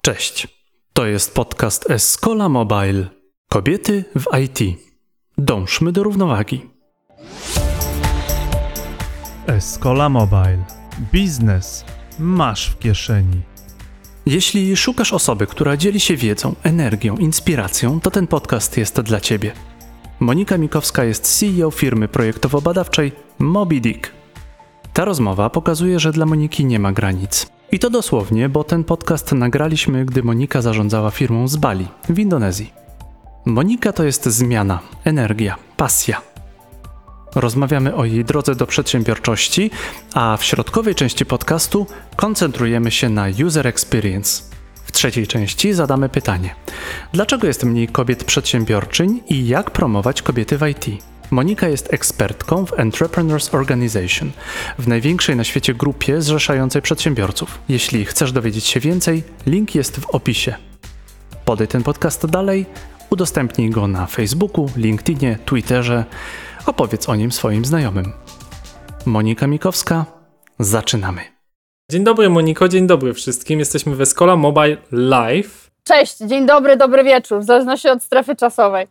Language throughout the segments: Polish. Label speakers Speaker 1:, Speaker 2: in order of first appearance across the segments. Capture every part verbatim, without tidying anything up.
Speaker 1: Cześć, to jest podcast Escola Mobile. Kobiety w I T. Dążmy do równowagi.
Speaker 2: Escola Mobile. Biznes masz w kieszeni.
Speaker 1: Jeśli szukasz osoby, która dzieli się wiedzą, energią, inspiracją, to ten podcast jest dla Ciebie. Monika Mikowska jest C E O firmy projektowo-badawczej Moby Dick. Ta rozmowa pokazuje, że dla Moniki nie ma granic. I to dosłownie, bo ten podcast nagraliśmy, gdy Monika zarządzała firmą z Bali, w Indonezji. Monika to jest zmiana, energia, pasja. Rozmawiamy o jej drodze do przedsiębiorczości, a w środkowej części podcastu koncentrujemy się na user experience. W trzeciej części zadamy pytanie: dlaczego jest mniej kobiet przedsiębiorczyń i jak promować kobiety w I T? Monika jest ekspertką w Entrepreneurs Organization, w największej na świecie grupie zrzeszającej przedsiębiorców. Jeśli chcesz dowiedzieć się więcej, link jest w opisie. Podaj ten podcast dalej, udostępnij go na Facebooku, LinkedInie, Twitterze, opowiedz o nim swoim znajomym. Monika Mikowska, zaczynamy.
Speaker 3: Dzień dobry Moniko, dzień dobry wszystkim. Jesteśmy w Escola Mobile Live.
Speaker 4: Cześć, dzień dobry, dobry wieczór, w zależności od strefy czasowej.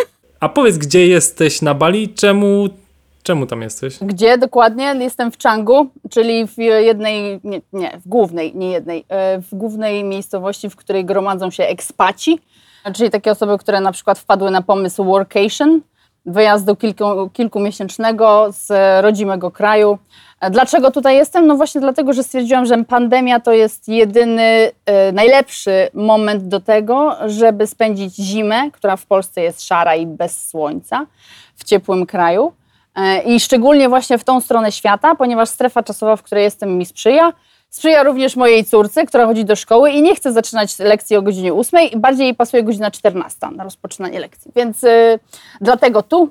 Speaker 3: A powiedz, gdzie jesteś na Bali? Czemu, czemu tam jesteś?
Speaker 4: Gdzie dokładnie? Jestem w Canggu, czyli w jednej, nie, nie, w głównej, nie jednej, w głównej miejscowości, w której gromadzą się ekspaci, czyli takie osoby, które na przykład wpadły na pomysł workation, wyjazdu kilku, kilkumiesięcznego z rodzimego kraju. Dlaczego tutaj jestem? No właśnie dlatego, że stwierdziłam, że pandemia to jest jedyny, e, najlepszy moment do tego, żeby spędzić zimę, która w Polsce jest szara i bez słońca, w ciepłym kraju. E, I szczególnie właśnie w tą stronę świata, ponieważ strefa czasowa, w której jestem, mi sprzyja. Sprzyja również mojej córce, która chodzi do szkoły i nie chce zaczynać lekcji o godzinie ósmej, bardziej jej pasuje godzina czternasta na rozpoczynanie lekcji. Więc e, dlatego tu.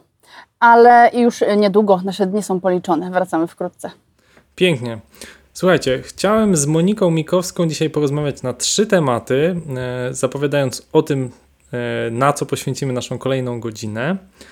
Speaker 4: Ale już niedługo, nasze dni są policzone. Wracamy wkrótce.
Speaker 3: Pięknie. Słuchajcie, chciałem z Moniką Mikowską dzisiaj porozmawiać na trzy tematy, e, zapowiadając o tym, e, na co poświęcimy naszą kolejną godzinę.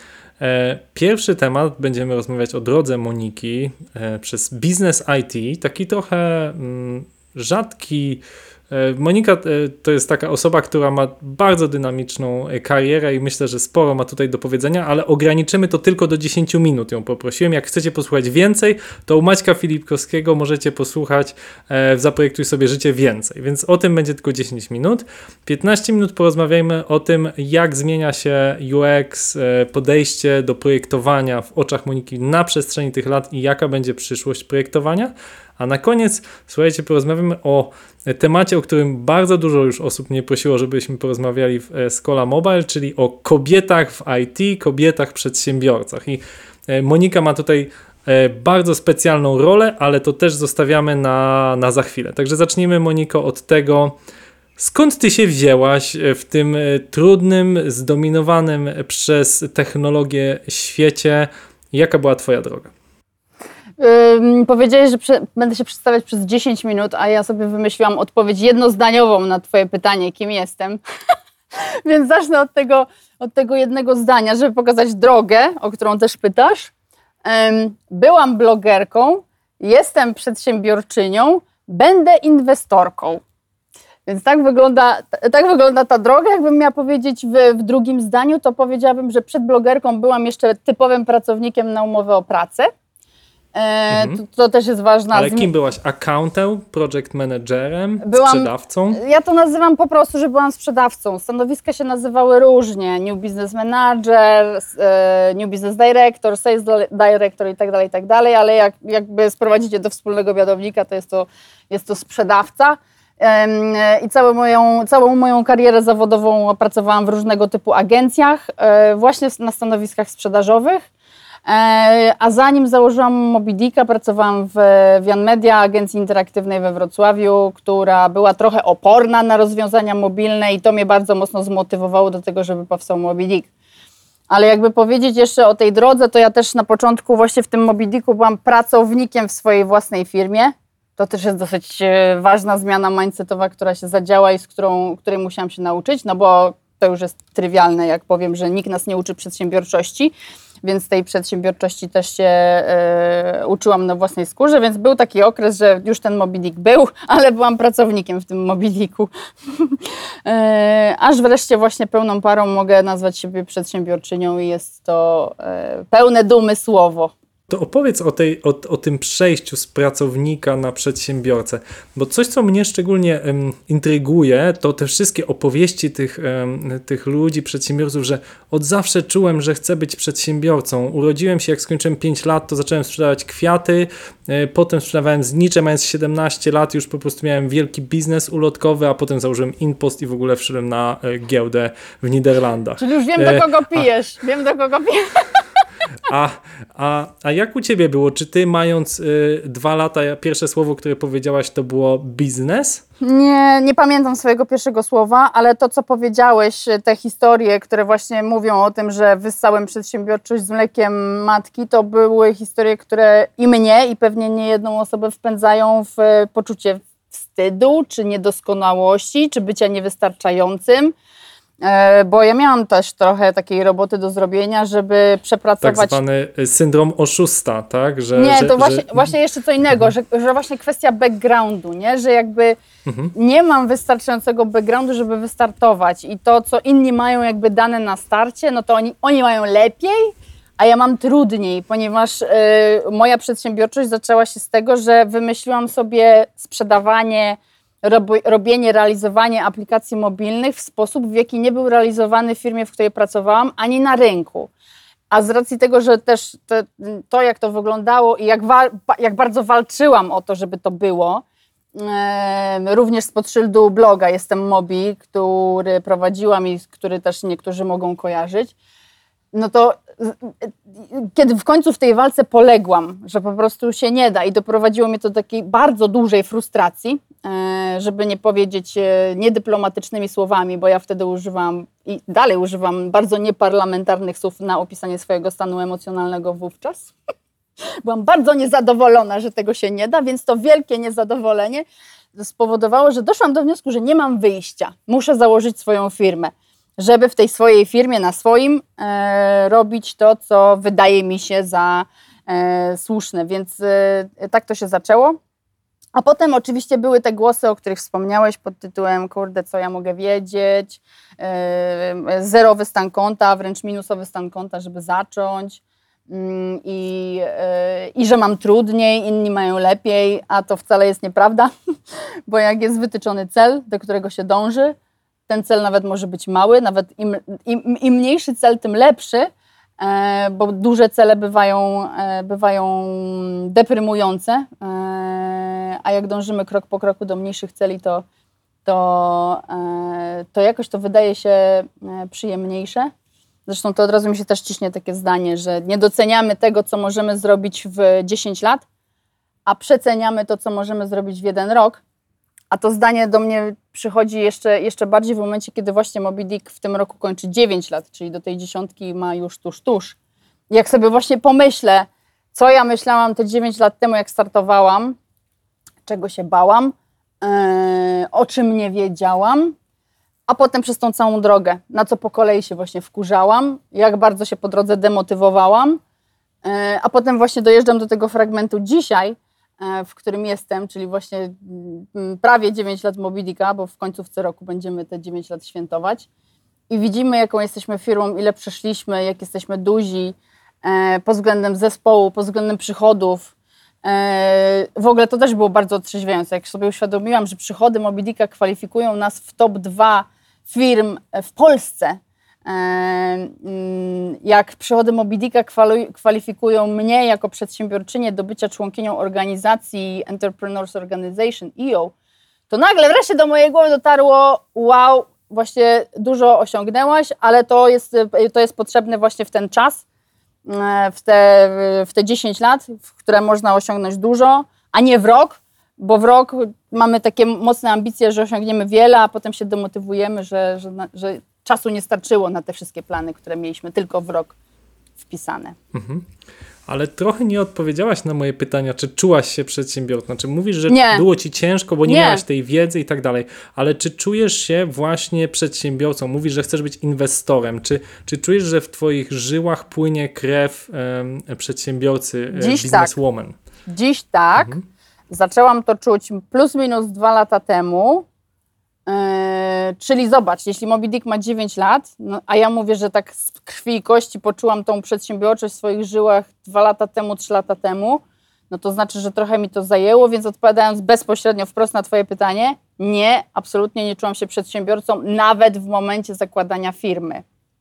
Speaker 3: E, pierwszy temat, będziemy rozmawiać o drodze Moniki e, przez biznes I T, taki trochę mm, rzadki. Monika to jest taka osoba, która ma bardzo dynamiczną karierę i myślę, że sporo ma tutaj do powiedzenia, ale ograniczymy to tylko do dziesięć minut, ją poprosiłem. Jak chcecie posłuchać więcej, to u Maćka Filipkowskiego możecie posłuchać w Zaprojektuj sobie życie więcej, więc o tym będzie tylko dziesięć minut. piętnaście minut porozmawiajmy o tym, jak zmienia się U X, podejście do projektowania w oczach Moniki na przestrzeni tych lat i jaka będzie przyszłość projektowania. A na koniec, słuchajcie, porozmawiamy o temacie, o którym bardzo dużo już osób mnie prosiło, żebyśmy porozmawiali w Escola Mobile, czyli o kobietach w I T, kobietach przedsiębiorcach. I Monika ma tutaj bardzo specjalną rolę, ale to też zostawiamy na, na za chwilę. Także zacznijmy, Moniko, od tego, skąd ty się wzięłaś w tym trudnym, zdominowanym przez technologię świecie? Jaka była twoja droga?
Speaker 4: Yy, powiedziałeś, że prze, będę się przedstawiać przez dziesięć minut, a ja sobie wymyśliłam odpowiedź jednozdaniową na twoje pytanie, kim jestem. Więc zacznę od tego, od tego jednego zdania, żeby pokazać drogę, o którą też pytasz. Yy, byłam blogerką, jestem przedsiębiorczynią, będę inwestorką. Więc tak wygląda, tak wygląda ta droga. Jakbym miała powiedzieć w, w drugim zdaniu, to powiedziałabym, że przed blogerką byłam jeszcze typowym pracownikiem na umowę o pracę. E, mhm. to, to też jest ważna.
Speaker 3: Ale kim byłaś? Accountem, project managerem,
Speaker 4: byłam,
Speaker 3: sprzedawcą?
Speaker 4: Ja to nazywam po prostu, że byłam sprzedawcą. Stanowiska się nazywały różnie. New Business Manager, e, New Business Director, Sales Director i tak dalej, i tak dalej, ale jak, jakby sprowadzicie do wspólnego mianownika, to jest to, jest to sprzedawca. E, I całą moją, całą moją karierę zawodową pracowałam w różnego typu agencjach, e, właśnie na stanowiskach sprzedażowych. A zanim założyłam Moby Dicka, pracowałam w Vian Media, agencji interaktywnej we Wrocławiu, która była trochę oporna na rozwiązania mobilne i to mnie bardzo mocno zmotywowało do tego, żeby powstał Moby Dick. Ale jakby powiedzieć jeszcze o tej drodze, to ja też na początku właśnie w tym Moby Dicku byłam pracownikiem w swojej własnej firmie. To też jest dosyć ważna zmiana mindsetowa, która się zadziała i z którą, której musiałam się nauczyć, no bo to już jest trywialne, jak powiem, że nikt nas nie uczy przedsiębiorczości. więc tej przedsiębiorczości też się e, uczyłam na własnej skórze, więc był taki okres, że już ten Moby Dick był, ale byłam pracownikiem w tym Moby Dicku. e, aż wreszcie właśnie pełną parą mogę nazwać siebie przedsiębiorczynią i jest to e, pełne dumy słowo.
Speaker 3: To opowiedz o, tej, o, o tym przejściu z pracownika na przedsiębiorcę, bo coś, co mnie szczególnie um, intryguje, to te wszystkie opowieści tych, um, tych ludzi, przedsiębiorców, że od zawsze czułem, że chcę być przedsiębiorcą. Urodziłem się, jak skończyłem pięć lat, to zacząłem sprzedawać kwiaty, y, potem sprzedawałem znicze, mając siedemnaście lat, już po prostu miałem wielki biznes ulotkowy, a potem założyłem InPost i w ogóle wszedłem na y, giełdę w Niderlandach.
Speaker 4: Czyli już wiem, do kogo pijesz, a... wiem, do kogo pijesz.
Speaker 3: A, a, a jak u ciebie było? Czy ty mając y, dwa lata, pierwsze słowo, które powiedziałaś, to było biznes?
Speaker 4: Nie, nie pamiętam swojego pierwszego słowa, ale to, co powiedziałeś, te historie, które właśnie mówią o tym, że wyssałem przedsiębiorczość z mlekiem matki, to były historie, które i mnie, i pewnie nie jedną osobę wpędzają w poczucie wstydu, czy niedoskonałości, czy bycia niewystarczającym. Bo ja miałam też trochę takiej roboty do zrobienia, żeby przepracować...
Speaker 3: Tak zwany syndrom oszusta, tak? Że,
Speaker 4: nie,
Speaker 3: że,
Speaker 4: to właśnie,
Speaker 3: że...
Speaker 4: właśnie jeszcze co innego, że, że właśnie kwestia backgroundu, nie? Że jakby mhm. nie mam wystarczającego backgroundu, żeby wystartować i to, co inni mają jakby dane na starcie, no to oni, oni mają lepiej, a ja mam trudniej, ponieważ y, moja przedsiębiorczość zaczęła się z tego, że wymyśliłam sobie sprzedawanie, robienie, realizowanie aplikacji mobilnych w sposób, w jaki nie był realizowany w firmie, w której pracowałam, ani na rynku. A z racji tego, że też to, to jak to wyglądało i jak, wa- jak bardzo walczyłam o to, żeby to było, e, również spod szyldu bloga Jestem Mobi, który prowadziłam i który też niektórzy mogą kojarzyć, no to kiedy w końcu w tej walce poległam, że po prostu się nie da i doprowadziło mnie to do takiej bardzo dużej frustracji, żeby nie powiedzieć niedyplomatycznymi słowami, bo ja wtedy używam i dalej używam bardzo nieparlamentarnych słów na opisanie swojego stanu emocjonalnego wówczas. Byłam bardzo niezadowolona, że tego się nie da, więc to wielkie niezadowolenie spowodowało, że doszłam do wniosku, że nie mam wyjścia. Muszę założyć swoją firmę, żeby w tej swojej firmie, na swoim, e, robić to, co wydaje mi się za e, słuszne. Więc e, tak to się zaczęło. A potem oczywiście były te głosy, o których wspomniałeś pod tytułem kurde, co ja mogę wiedzieć, e, zerowy stan konta, wręcz minusowy stan konta, żeby zacząć. I, yy, i że mam trudniej, inni mają lepiej, a to wcale jest nieprawda, bo jak jest wytyczony cel, do którego się dąży, ten cel nawet może być mały, nawet im, im, im mniejszy cel, tym lepszy, e, bo duże cele bywają, e, bywają deprymujące, e, a jak dążymy krok po kroku do mniejszych celi, to, to, e, to jakoś to wydaje się e, przyjemniejsze. Zresztą to od razu mi się też ciśnie takie zdanie, że nie doceniamy tego, co możemy zrobić w dziesięć lat, a przeceniamy to, co możemy zrobić w jeden rok. A to zdanie do mnie przychodzi jeszcze, jeszcze bardziej w momencie, kiedy właśnie Moby Dick w tym roku kończy dziewięć lat, czyli do tej dziesiątki ma już tuż, tuż. Jak sobie właśnie pomyślę, co ja myślałam te dziewięć lat temu, jak startowałam, czego się bałam, yy, o czym nie wiedziałam, a potem przez tą całą drogę, na co po kolei się właśnie wkurzałam, jak bardzo się po drodze demotywowałam, a potem właśnie dojeżdżam do tego fragmentu dzisiaj, w którym jestem, czyli właśnie prawie dziewięć lat Moby Dicka, bo w końcówce roku będziemy te dziewięć lat świętować i widzimy, jaką jesteśmy firmą, ile przeszliśmy, jak jesteśmy duzi pod względem zespołu, pod względem przychodów. W ogóle to też było bardzo otrzeźwiające, jak sobie uświadomiłam, że przychody Moby Dicka kwalifikują nas w top dwa firm w Polsce. Jak przychody Moby Dicka kwalifikują mnie jako przedsiębiorczynię do bycia członkinią organizacji Entrepreneurs Organization E O, to nagle wreszcie do mojej głowy dotarło, wow, właśnie dużo osiągnęłaś, ale to jest, to jest potrzebne właśnie w ten czas, w te, w te dziesięć lat, w które można osiągnąć dużo, a nie w rok, bo w rok mamy takie mocne ambicje, że osiągniemy wiele, a potem się demotywujemy, że, że, że czasu nie starczyło na te wszystkie plany, które mieliśmy tylko w rok. wpisane.
Speaker 3: Mhm. Ale trochę nie odpowiedziałaś na moje pytania, czy czułaś się przedsiębiorcą. Znaczy mówisz, że
Speaker 4: Nie.
Speaker 3: było ci ciężko, bo nie,
Speaker 4: Nie.
Speaker 3: miałaś tej wiedzy i tak dalej, ale czy czujesz się właśnie przedsiębiorcą? Mówisz, że chcesz być inwestorem. Czy, czy czujesz, że w twoich żyłach płynie krew um, przedsiębiorcy,
Speaker 4: Dziś
Speaker 3: bizneswoman?
Speaker 4: Tak. Dziś tak. Mhm. Zaczęłam to czuć plus minus dwa lata temu. Yy, czyli zobacz, jeśli Moby Dick ma dziewięć lat, no, a ja mówię, że tak z krwi i kości poczułam tą przedsiębiorczość w swoich żyłach dwa lata temu, trzy lata temu, no to znaczy, że trochę mi to zajęło, więc odpowiadając bezpośrednio wprost na twoje pytanie, nie, absolutnie nie czułam się przedsiębiorcą, nawet w momencie zakładania firmy.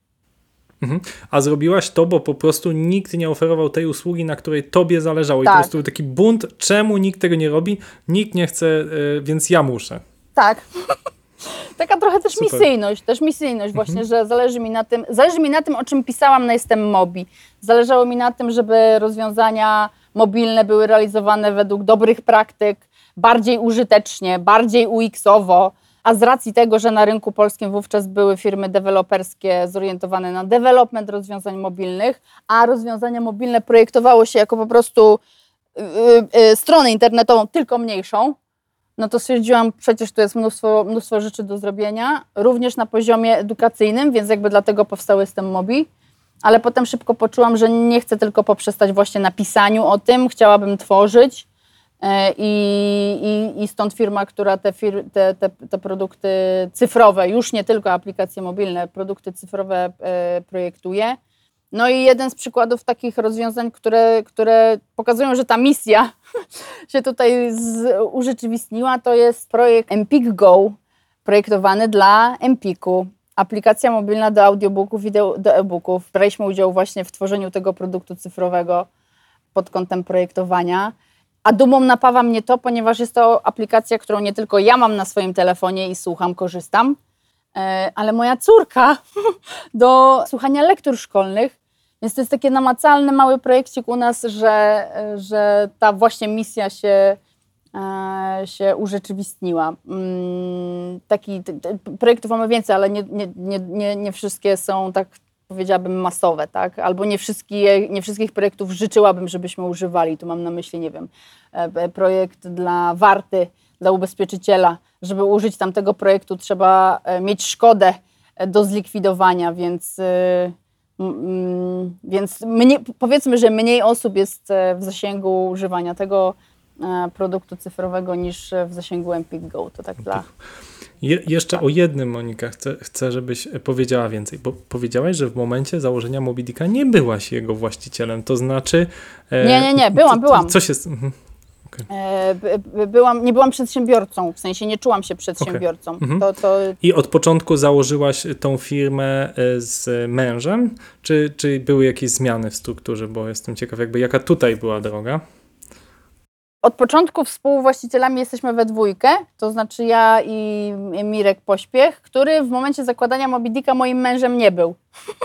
Speaker 3: Mhm. A zrobiłaś to, bo po prostu nikt nie oferował tej usługi, na której tobie zależało.
Speaker 4: Tak.
Speaker 3: I po prostu taki bunt, czemu nikt tego nie robi, nikt nie chce, yy, więc ja muszę.
Speaker 4: Tak. Taka trochę też
Speaker 3: Super.
Speaker 4: misyjność, też misyjność właśnie, mhm. że zależy mi na tym, zależy mi na tym, o czym pisałam na Jestem Mobi. Zależało mi na tym, żeby rozwiązania mobilne były realizowane według dobrych praktyk, bardziej użytecznie, bardziej U X-owo, a z racji tego, że na rynku polskim wówczas były firmy deweloperskie zorientowane na development rozwiązań mobilnych, a rozwiązania mobilne projektowało się jako po prostu yy, yy, stronę internetową, tylko mniejszą, no to stwierdziłam, przecież tu jest mnóstwo, mnóstwo rzeczy do zrobienia, również na poziomie edukacyjnym, więc jakby dlatego powstał Jestem Mobi, ale potem szybko poczułam, że nie chcę tylko poprzestać właśnie na pisaniu o tym, chciałabym tworzyć i, i, i stąd firma, która te, fir, te, te, te produkty cyfrowe, już nie tylko aplikacje mobilne, produkty cyfrowe e, projektuje. No i jeden z przykładów takich rozwiązań, które, które pokazują, że ta misja się tutaj z, urzeczywistniła, to jest projekt Empik Go, projektowany dla Empiku. Aplikacja mobilna do audiobooków i do, do e-booków. Braliśmy udział właśnie w tworzeniu tego produktu cyfrowego pod kątem projektowania. A dumą napawa mnie to, ponieważ jest to aplikacja, którą nie tylko ja mam na swoim telefonie i słucham, korzystam, ale moja córka do słuchania lektur szkolnych. Więc to jest taki namacalny, mały projekcik u nas, że, że ta właśnie misja się, e, się urzeczywistniła. Mm, taki t, t, projektów mamy więcej, ale nie, nie, nie, nie, nie wszystkie są, tak powiedziałabym, masowe, tak? Albo nie, wszystkie, nie wszystkich projektów życzyłabym, żebyśmy używali. Tu mam na myśli, nie wiem, e, projekt dla Warty, dla ubezpieczyciela. Żeby użyć tamtego projektu, trzeba mieć szkodę do zlikwidowania, więc... E, Więc mniej, powiedzmy, że mniej osób jest w zasięgu używania tego produktu cyfrowego niż w zasięgu Empik Go. To tak dla...
Speaker 3: Je, jeszcze o jednym, Monika, chcę, chcę, żebyś powiedziała więcej, bo powiedziałaś, że w momencie założenia Moby Dicka nie byłaś jego właścicielem, to znaczy...
Speaker 4: E, nie, nie, nie, byłam,
Speaker 3: co,
Speaker 4: byłam.
Speaker 3: Co się... Mhm.
Speaker 4: Okay. E, byłam, nie byłam przedsiębiorcą, w sensie nie czułam się przedsiębiorcą. Okay. Mhm. To, to...
Speaker 3: I od początku założyłaś tą firmę z mężem, czy, czy były jakieś zmiany w strukturze, bo jestem ciekaw, jakby jaka tutaj była droga?
Speaker 4: Od początku współwłaścicielami jesteśmy we dwójkę, to znaczy ja i Mirek Pośpiech, który w momencie zakładania Moby Dicka moim mężem nie był.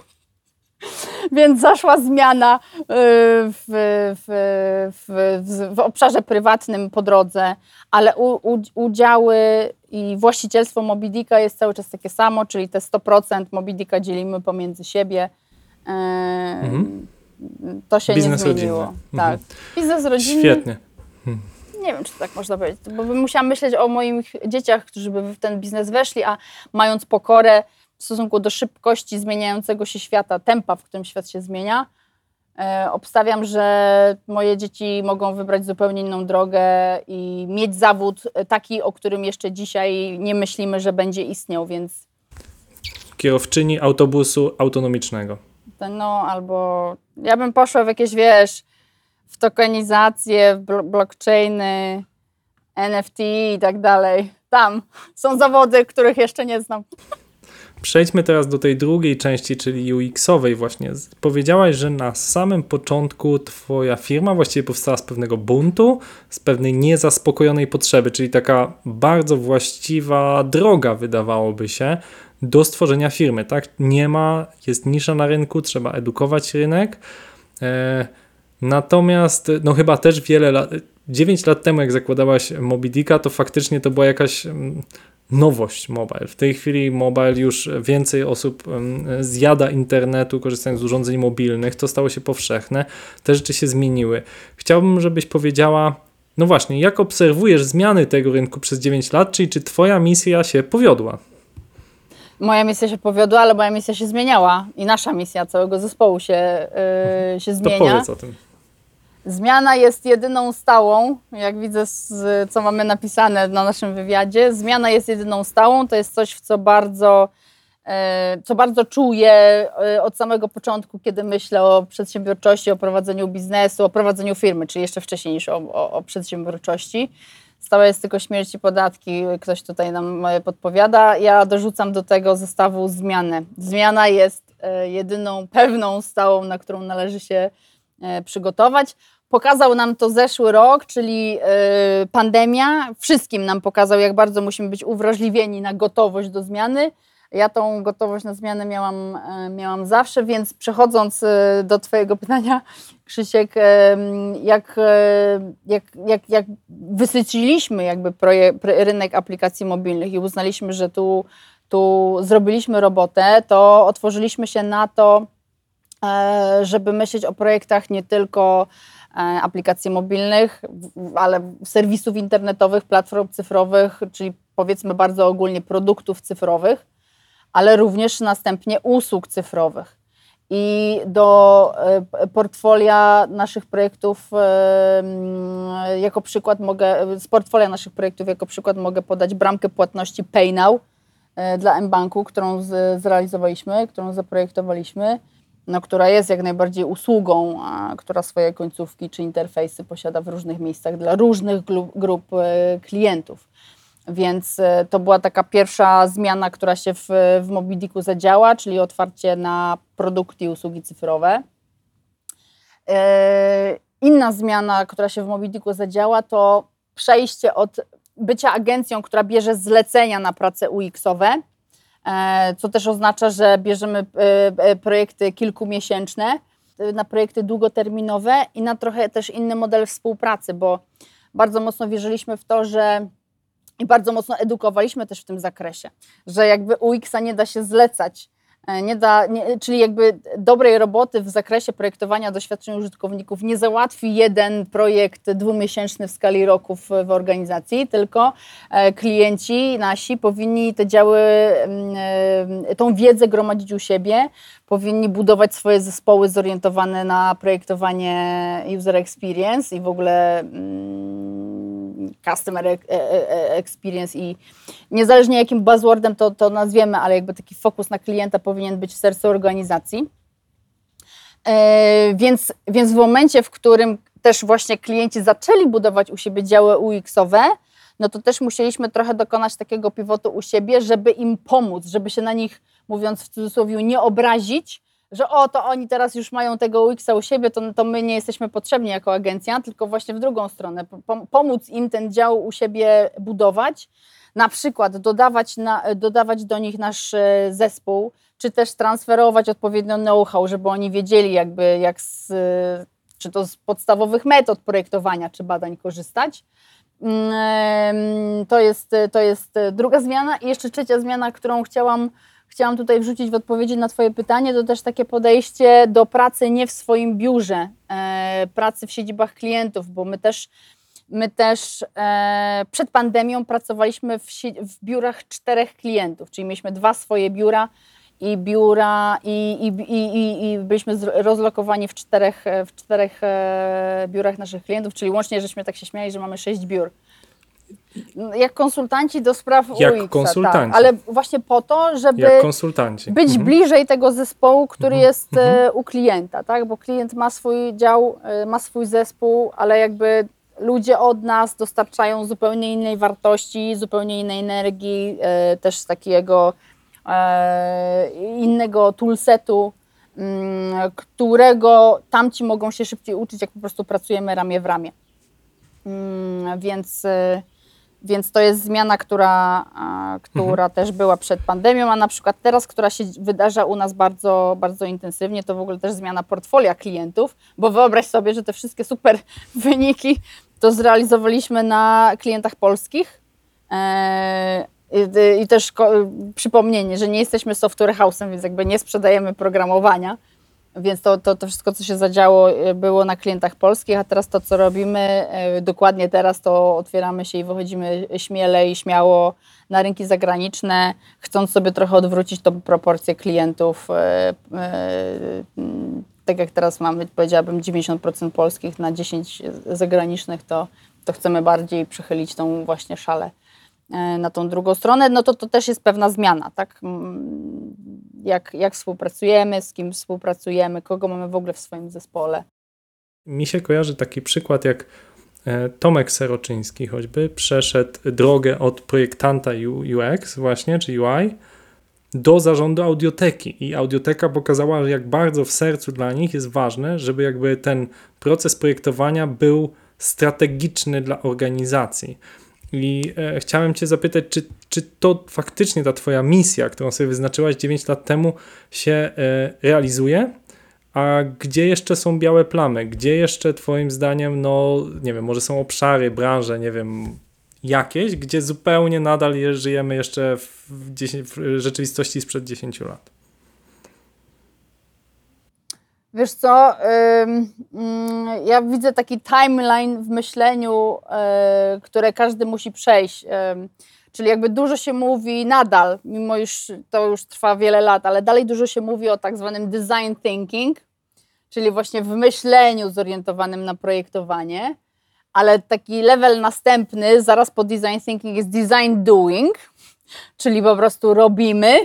Speaker 4: Więc zaszła zmiana w, w, w, w, w obszarze prywatnym po drodze, ale u, u, udziały i właścicielstwo Moby Dicka jest cały czas takie samo, czyli te sto procent Moby Dicka dzielimy pomiędzy siebie. Mhm. To się
Speaker 3: Biznes
Speaker 4: nie zmieniło.
Speaker 3: rodzinny.
Speaker 4: Tak.
Speaker 3: Mhm.
Speaker 4: Biznes rodzinny.
Speaker 3: Świetnie.
Speaker 4: Hmm. Nie wiem, czy tak można powiedzieć, bo bym musiała myśleć o moich dzieciach, którzy by w ten biznes weszli, a mając pokorę w stosunku do szybkości zmieniającego się świata, tempa, w którym świat się zmienia, e, obstawiam, że moje dzieci mogą wybrać zupełnie inną drogę i mieć zawód taki, o którym jeszcze dzisiaj nie myślimy, że będzie istniał, więc...
Speaker 3: Kierowczyni autobusu autonomicznego.
Speaker 4: No, albo ja bym poszła w jakieś, wiesz, w tokenizację, w blo- blockchainy, N F T i tak dalej. Tam są zawody, których jeszcze nie znam.
Speaker 3: Przejdźmy teraz do tej drugiej części, czyli U X-owej właśnie. Powiedziałaś, że na samym początku twoja firma właściwie powstała z pewnego buntu, z pewnej niezaspokojonej potrzeby, czyli taka bardzo właściwa droga, wydawałoby się, do stworzenia firmy, tak? Nie ma, jest nisza na rynku, trzeba edukować rynek. E, natomiast, no chyba też wiele lat, dziewięć lat temu, jak zakładałaś Moby Dicka, to faktycznie to była jakaś nowość mobile. W tej chwili mobile już więcej osób zjada internetu, korzystając z urządzeń mobilnych. To stało się powszechne. Te rzeczy się zmieniły. Chciałbym, żebyś powiedziała, no właśnie, jak obserwujesz zmiany tego rynku przez dziewięć lat, czyli czy twoja misja się powiodła?
Speaker 4: Moja misja się powiodła, ale moja misja się zmieniała i nasza misja całego zespołu się, yy, się zmienia.
Speaker 3: To powiedz o tym.
Speaker 4: Zmiana jest jedyną stałą, jak widzę, z, co mamy napisane na naszym wywiadzie. Zmiana jest jedyną stałą, to jest coś, w co bardzo, e, co bardzo czuję e, od samego początku, kiedy myślę o przedsiębiorczości, o prowadzeniu biznesu, o prowadzeniu firmy, czyli jeszcze wcześniej niż o, o, o przedsiębiorczości. Stałe jest tylko śmierć i podatki, ktoś tutaj nam podpowiada. Ja dorzucam do tego zestawu zmianę. Zmiana jest e, jedyną pewną stałą, na którą należy się e, przygotować. Pokazał nam to zeszły rok, czyli yy, pandemia. Wszystkim nam pokazał, jak bardzo musimy być uwrażliwieni na gotowość do zmiany. Ja tą gotowość na zmianę miałam, yy, miałam zawsze, więc przechodząc yy, do twojego pytania, Krzysiek, yy, jak, yy, jak, jak, jak wysyciliśmy jakby proje, pro, rynek aplikacji mobilnych i uznaliśmy, że tu, tu zrobiliśmy robotę, to otworzyliśmy się na to, yy, żeby myśleć o projektach nie tylko aplikacji mobilnych, ale serwisów internetowych, platform cyfrowych, czyli powiedzmy bardzo ogólnie produktów cyfrowych, ale również następnie usług cyfrowych. I do portfolia naszych projektów jako przykład mogę, z portfolia naszych projektów jako przykład mogę podać bramkę płatności PayNow dla mBanku, którą z, zrealizowaliśmy, którą zaprojektowaliśmy. No, która jest jak najbardziej usługą, a, która swoje końcówki czy interfejsy posiada w różnych miejscach dla różnych grup, grup e, klientów. Więc e, to była taka pierwsza zmiana, która się w, w Mobidiku zadziała, czyli otwarcie na produkty i usługi cyfrowe. E, inna zmiana, która się w Mobidiku zadziała, to przejście od bycia agencją, która bierze zlecenia na prace U X-owe, co też oznacza, że bierzemy projekty kilkumiesięczne na projekty długoterminowe i na trochę też inny model współpracy, bo bardzo mocno wierzyliśmy w to, że i bardzo mocno edukowaliśmy też w tym zakresie, że jakby U X-a nie da się zlecać, nie da, nie, czyli jakby dobrej roboty w zakresie projektowania doświadczeń użytkowników nie załatwi jeden projekt dwumiesięczny w skali roku w, w organizacji, tylko klienci nasi powinni te działy, tą wiedzę gromadzić u siebie, powinni budować swoje zespoły zorientowane na projektowanie user experience i w ogóle customer experience i niezależnie jakim buzzwordem to, to nazwiemy, ale jakby taki fokus na klienta powinien być w sercu organizacji. E, więc, więc w momencie, w którym też właśnie klienci zaczęli budować u siebie działy U X-owe, no to też musieliśmy trochę dokonać takiego pivotu u siebie, żeby im pomóc, żeby się na nich, mówiąc w cudzysłowie, nie obrazić, że o, to oni teraz już mają tego U X-a u siebie, to, to my nie jesteśmy potrzebni jako agencja, tylko właśnie w drugą stronę, pom- pomóc im ten dział u siebie budować, na przykład dodawać, na, dodawać do nich nasz zespół, czy też transferować odpowiednio know-how, żeby oni wiedzieli jakby jak z, czy to z podstawowych metod projektowania, czy badań korzystać. To jest, to jest druga zmiana i jeszcze trzecia zmiana, którą chciałam Chciałam tutaj wrzucić w odpowiedzi na twoje pytanie, to też takie podejście do pracy nie w swoim biurze, e, pracy w siedzibach klientów, bo my też, my też e, przed pandemią pracowaliśmy w, w biurach czterech klientów, czyli mieliśmy dwa swoje biura i biura i, i, i, i, i byliśmy rozlokowani w czterech, w czterech e, biurach naszych klientów, czyli łącznie żeśmy tak się śmiali, że mamy sześć biur. Jak konsultanci do spraw
Speaker 3: Jak
Speaker 4: U X-a,
Speaker 3: konsultanci.
Speaker 4: Tak, ale właśnie po to, żeby
Speaker 3: Jak konsultanci.
Speaker 4: być
Speaker 3: mhm.
Speaker 4: bliżej tego zespołu, który
Speaker 3: Mhm.
Speaker 4: jest
Speaker 3: Mhm.
Speaker 4: u klienta, tak? Bo klient ma swój dział, ma swój zespół, ale jakby ludzie od nas dostarczają zupełnie innej wartości, zupełnie innej energii, też takiego innego toolsetu, którego tamci mogą się szybciej uczyć, jak po prostu pracujemy ramię w ramię. Więc, więc to jest zmiana, która, która mhm. też była przed pandemią, a na przykład teraz, która się wydarza u nas bardzo, bardzo intensywnie, to w ogóle też zmiana portfolia klientów, bo wyobraź sobie, że te wszystkie super wyniki to zrealizowaliśmy na klientach polskich, I, i też ko- przypomnienie, że nie jesteśmy software house'em, więc jakby nie sprzedajemy programowania, więc to, to, to wszystko, co się zadziało, było na klientach polskich, a teraz to, co robimy, dokładnie teraz to otwieramy się i wychodzimy śmielej, śmiało na rynki zagraniczne, chcąc sobie trochę odwrócić tą proporcję klientów. Tak jak teraz mamy, powiedziałabym, dziewięćdziesiąt procent polskich na dziesięć zagranicznych, to, to chcemy bardziej przychylić tą właśnie szalę na tą drugą stronę, no to to też jest pewna zmiana, tak? Jak, jak współpracujemy, z kim współpracujemy, kogo mamy w ogóle w swoim zespole.
Speaker 3: Mi się kojarzy taki przykład, jak Tomek Seroczyński choćby przeszedł drogę od projektanta U X właśnie, czy U I, do zarządu audioteki i audioteka pokazała, że jak bardzo w sercu dla nich jest ważne, żeby jakby ten proces projektowania był strategiczny dla organizacji. I e, chciałem Cię zapytać, czy, czy to faktycznie ta Twoja misja, którą sobie wyznaczyłaś dziewięć lat temu, się e, realizuje? A gdzie jeszcze są białe plamy? Gdzie jeszcze Twoim zdaniem, no nie wiem, może są obszary, branże, nie wiem, jakieś, gdzie zupełnie nadal je, żyjemy jeszcze w, dziesięć, w rzeczywistości sprzed dziesięciu lat?
Speaker 4: Wiesz co, ja widzę taki timeline w myśleniu, które każdy musi przejść. Czyli jakby dużo się mówi nadal, mimo już to już trwa wiele lat, ale dalej dużo się mówi o tak zwanym design thinking, czyli właśnie w myśleniu zorientowanym na projektowanie, ale taki level następny, zaraz po design thinking, jest design doing, czyli po prostu robimy,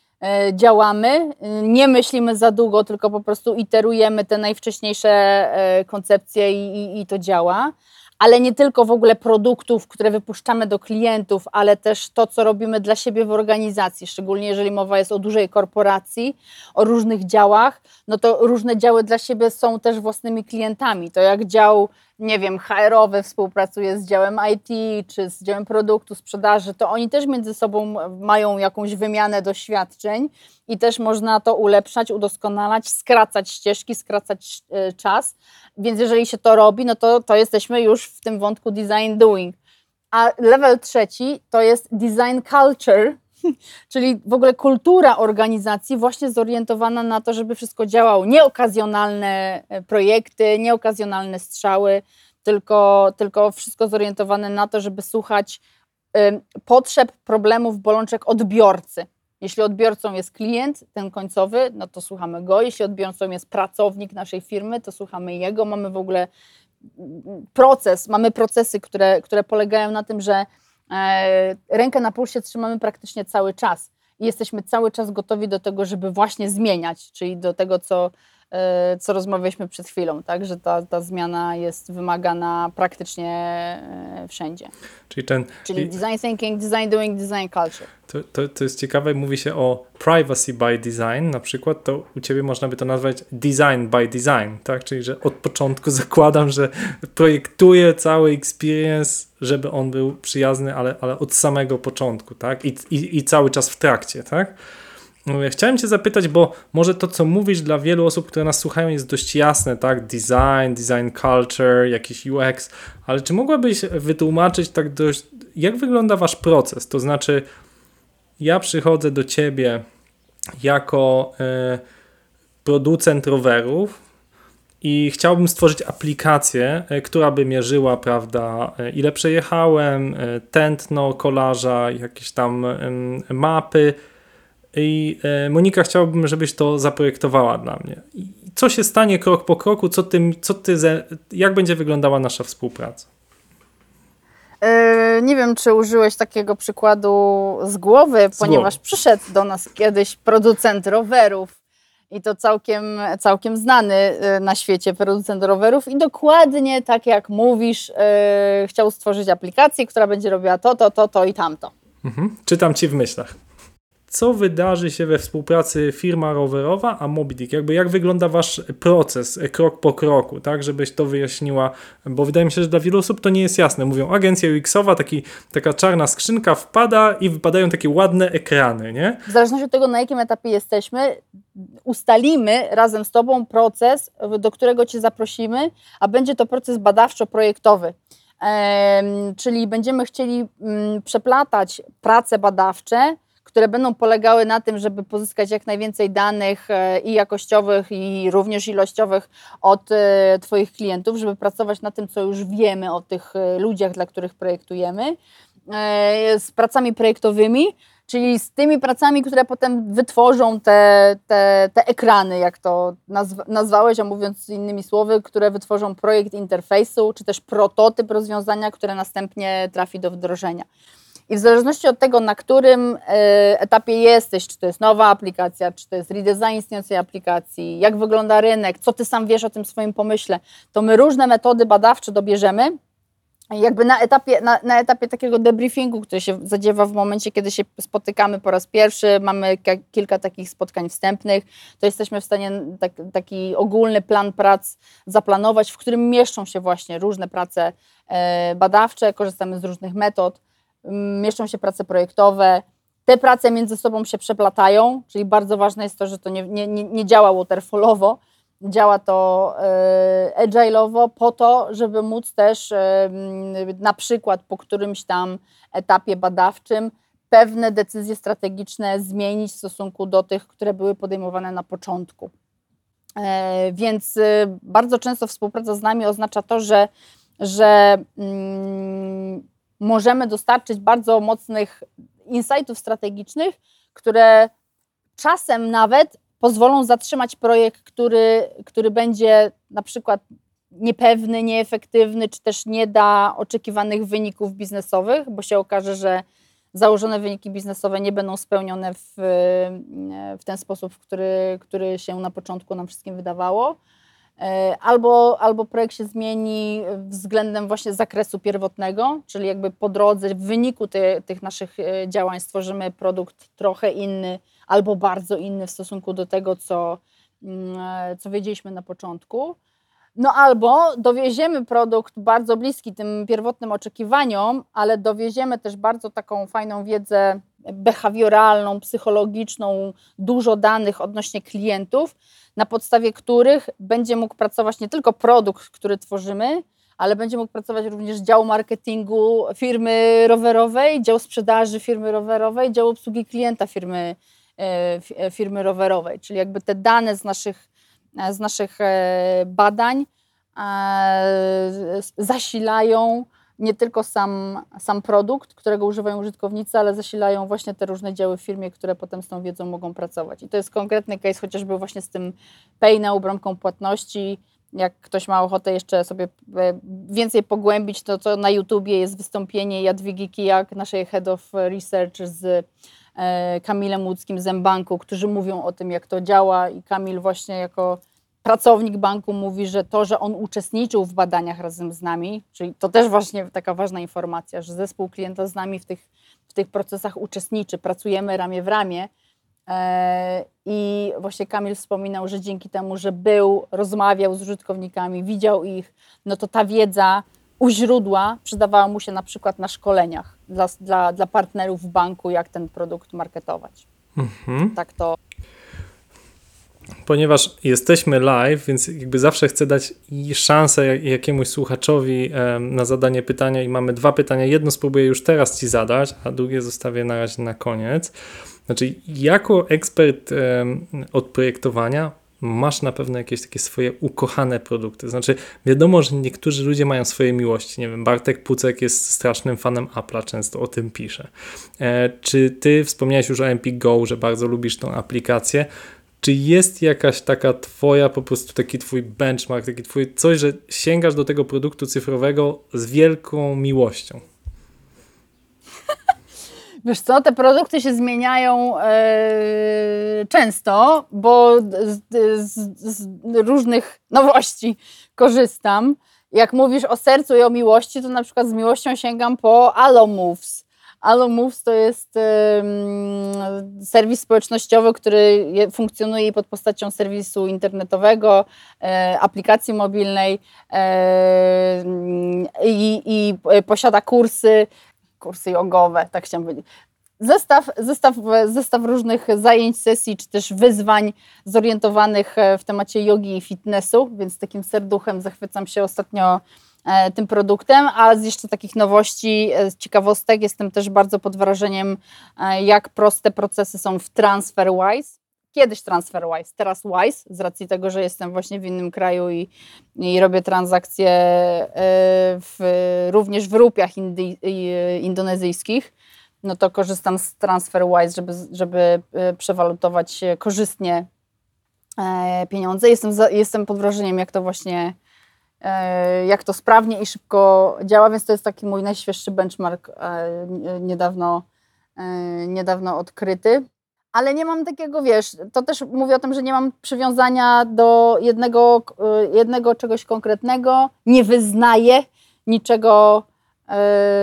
Speaker 4: działamy, nie myślimy za długo, tylko po prostu iterujemy te najwcześniejsze koncepcje i, i, i to działa. Ale nie tylko w ogóle produktów, które wypuszczamy do klientów, ale też to, co robimy dla siebie w organizacji, szczególnie jeżeli mowa jest o dużej korporacji, o różnych działach, no to różne działy dla siebie są też własnymi klientami. To jak dział, nie wiem, H R-owy współpracuje z działem I T, czy z działem produktu, sprzedaży, to oni też między sobą mają jakąś wymianę doświadczeń i też można to ulepszać, udoskonalać, skracać ścieżki, skracać y, czas. Więc jeżeli się to robi, no to, to jesteśmy już w tym wątku design doing. A level trzeci to jest design culture, czyli w ogóle kultura organizacji właśnie zorientowana na to, żeby wszystko działało. Nie okazjonalne projekty, nie okazjonalne strzały, tylko, tylko wszystko zorientowane na to, żeby słuchać y, potrzeb, problemów, bolączek odbiorcy. Jeśli odbiorcą jest klient, ten końcowy, no to słuchamy go. Jeśli odbiorcą jest pracownik naszej firmy, to słuchamy jego. Mamy w ogóle proces, mamy procesy, które, które polegają na tym, że e, rękę na pulsie trzymamy praktycznie cały czas. I jesteśmy cały czas gotowi do tego, żeby właśnie zmieniać, czyli do tego, co, e, co rozmawialiśmy przed chwilą, tak? Że ta, ta zmiana jest wymagana praktycznie e, wszędzie.
Speaker 3: Czyli, ten,
Speaker 4: czyli design thinking, design doing, design culture.
Speaker 3: To, to, to jest ciekawe, mówi się o privacy by design, na przykład, to u Ciebie można by to nazwać design by design, tak? Czyli, że od początku zakładam, że projektuję cały experience, żeby on był przyjazny, ale, ale od samego początku, tak? I, i, i cały czas w trakcie, tak? Chciałem Cię zapytać, bo może to, co mówisz dla wielu osób, które nas słuchają, jest dość jasne, tak? Design, design culture, jakiś U X, ale czy mogłabyś wytłumaczyć tak dość, jak wygląda Wasz proces? To znaczy, ja przychodzę do Ciebie jako y, producent rowerów i chciałbym stworzyć aplikację, y, która by mierzyła, prawda, y, ile przejechałem, y, tętno kolarza, jakieś tam y, mapy. I y, Monika, chciałbym, żebyś to zaprojektowała dla mnie. I co się stanie krok po kroku, co ty, co ty ze, jak będzie wyglądała nasza współpraca?
Speaker 4: Yy, nie wiem, czy użyłeś takiego przykładu z głowy, z ponieważ głowy. Przyszedł do nas kiedyś producent rowerów i to całkiem, całkiem znany na świecie producent rowerów i dokładnie tak jak mówisz, yy, chciał stworzyć aplikację, która będzie robiła to, to, to, to i tamto.
Speaker 3: Mhm. Czytam Ci w myślach. Co wydarzy się we współpracy firma rowerowa a MobiDig? Jakby jak wygląda Wasz proces krok po kroku, tak, żebyś to wyjaśniła, bo wydaje mi się, że dla wielu osób to nie jest jasne. Mówią agencja U X-owa, taki, taka czarna skrzynka wpada i wypadają takie ładne ekrany, nie?
Speaker 4: W zależności od tego, na jakim etapie jesteśmy, ustalimy razem z Tobą proces, do którego Cię zaprosimy, a będzie to proces badawczo-projektowy. czyli będziemy chcieli przeplatać prace badawcze, które będą polegały na tym, żeby pozyskać jak najwięcej danych i jakościowych, i również ilościowych od Twoich klientów, żeby pracować na tym, co już wiemy o tych ludziach, dla których projektujemy, z pracami projektowymi, czyli z tymi pracami, które potem wytworzą te, te, te ekrany, jak to nazw- nazwałeś, a mówiąc innymi słowy, które wytworzą projekt interfejsu, czy też prototyp rozwiązania, które następnie trafi do wdrożenia. I w zależności od tego, na którym etapie jesteś, czy to jest nowa aplikacja, czy to jest redesign istniejącej aplikacji, jak wygląda rynek, co ty sam wiesz o tym swoim pomyśle, to my różne metody badawcze dobierzemy. Jakby na etapie, na, na etapie takiego debriefingu, który się zadziewa w momencie, kiedy się spotykamy po raz pierwszy, mamy k- kilka takich spotkań wstępnych, to jesteśmy w stanie tak, taki ogólny plan prac zaplanować, w którym mieszczą się właśnie różne prace e, badawcze, korzystamy z różnych metod, mieszczą się prace projektowe. Te prace między sobą się przeplatają, czyli bardzo ważne jest to, że to nie, nie, nie działa waterfallowo, działa to e, agile'owo po to, żeby móc też e, na przykład po którymś tam etapie badawczym pewne decyzje strategiczne zmienić w stosunku do tych, które były podejmowane na początku. E, więc e, bardzo często współpraca z nami oznacza to, że, że mm, możemy dostarczyć bardzo mocnych insightów strategicznych, które czasem nawet pozwolą zatrzymać projekt, który, który będzie na przykład niepewny, nieefektywny, czy też nie da oczekiwanych wyników biznesowych, bo się okaże, że założone wyniki biznesowe nie będą spełnione w, w ten sposób, w który, który się na początku nam wszystkim wydawało. Albo, albo projekt się zmieni względem właśnie zakresu pierwotnego, czyli jakby po drodze, w wyniku ty, tych naszych działań stworzymy produkt trochę inny albo bardzo inny w stosunku do tego, co, co wiedzieliśmy na początku. No albo dowieziemy produkt bardzo bliski tym pierwotnym oczekiwaniom, ale dowieziemy też bardzo taką fajną wiedzę behawioralną, psychologiczną, dużo danych odnośnie klientów, na podstawie których będzie mógł pracować nie tylko produkt, który tworzymy, ale będzie mógł pracować również dział marketingu firmy rowerowej, dział sprzedaży firmy rowerowej, dział obsługi klienta firmy, firmy rowerowej. Czyli jakby te dane z naszych, z naszych badań zasilają nie tylko sam, sam produkt, którego używają użytkownicy, ale zasilają właśnie te różne działy w firmie, które potem z tą wiedzą mogą pracować. I to jest konkretny case chociażby właśnie z tym Paynow, bramką płatności. Jak ktoś ma ochotę jeszcze sobie więcej pogłębić, to co na YouTubie jest wystąpienie Jadwigi Kijak, naszej Head of Research z Kamilem Łódzkim z mBanku, którzy mówią o tym, jak to działa, i Kamil właśnie jako pracownik banku mówi, że to, że on uczestniczył w badaniach razem z nami, czyli to też właśnie taka ważna informacja, że zespół klienta z nami w tych, w tych procesach uczestniczy, pracujemy ramię w ramię. I właśnie Kamil wspominał, że dzięki temu, że był, rozmawiał z użytkownikami, widział ich, no to ta wiedza u źródła przydawała mu się na przykład na szkoleniach dla, dla, dla partnerów w banku, jak ten produkt marketować. Mhm. Tak to.
Speaker 3: Ponieważ jesteśmy live, więc jakby zawsze chcę dać szansę jakiemuś słuchaczowi na zadanie pytania i mamy dwa pytania. Jedno spróbuję już teraz Ci zadać, a drugie zostawię na razie na koniec. Znaczy, jako ekspert od projektowania masz na pewno jakieś takie swoje ukochane produkty. Znaczy, wiadomo, że niektórzy ludzie mają swoje miłości. Nie wiem, Bartek Pucek jest strasznym fanem Apple'a, często o tym pisze. Czy Ty wspomniałeś już o M P Go, że bardzo lubisz tą aplikację? Czy jest jakaś taka twoja, po prostu taki twój benchmark, taki twój coś, że sięgasz do tego produktu cyfrowego z wielką miłością?
Speaker 4: Wiesz co, te produkty się zmieniają yy, często, bo z, z, z różnych nowości korzystam. Jak mówisz o sercu i o miłości, to na przykład z miłością sięgam po Allomoves. Allomoves to jest y, serwis społecznościowy, który je, funkcjonuje pod postacią serwisu internetowego, y, aplikacji mobilnej y, i, i posiada kursy, kursy jogowe, tak chciałam powiedzieć. Zestaw, zestaw, zestaw różnych zajęć, sesji czy też wyzwań zorientowanych w temacie jogi i fitnessu, więc takim serduchem zachwycam się ostatnio e, tym produktem, a z jeszcze takich nowości, e, ciekawostek jestem też bardzo pod wrażeniem, e, jak proste procesy są w TransferWise. Kiedyś TransferWise, teraz Wise, z racji tego, że jestem właśnie w innym kraju i, i robię transakcje e, w, również w rupiach indy, indonezyjskich, no to korzystam z TransferWise, żeby, żeby przewalutować korzystnie e, pieniądze. Jestem, za, jestem pod wrażeniem, jak to właśnie, e, jak to sprawnie i szybko działa, więc to jest taki mój najświeższy benchmark e, niedawno, e, niedawno odkryty. Ale nie mam takiego, wiesz, to też mówię o tym, że nie mam przywiązania do jednego, jednego czegoś konkretnego, nie wyznaję niczego e,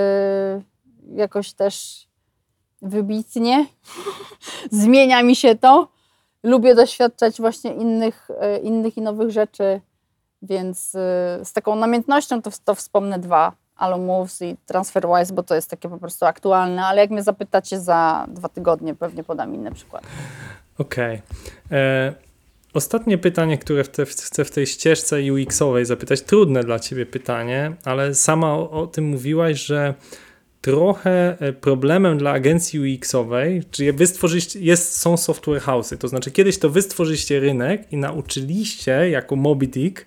Speaker 4: jakoś też wybitnie. Zmienia mi się to. Lubię doświadczać właśnie innych, innych i nowych rzeczy, więc z taką namiętnością to, to wspomnę dwa, Allomoves i TransferWise, bo to jest takie po prostu aktualne, ale jak mnie zapytacie za dwa tygodnie, pewnie podam inny przykład.
Speaker 3: Okej. Okay. Ostatnie pytanie, które w te, chcę w tej ścieżce U X-owej zapytać, trudne dla ciebie pytanie, ale sama o, o tym mówiłaś, że trochę problemem dla agencji U X-owej, czyli wy stworzyliście, jest, są software house'y, to znaczy kiedyś to wy stworzyliście rynek i nauczyliście jako Moby Dick,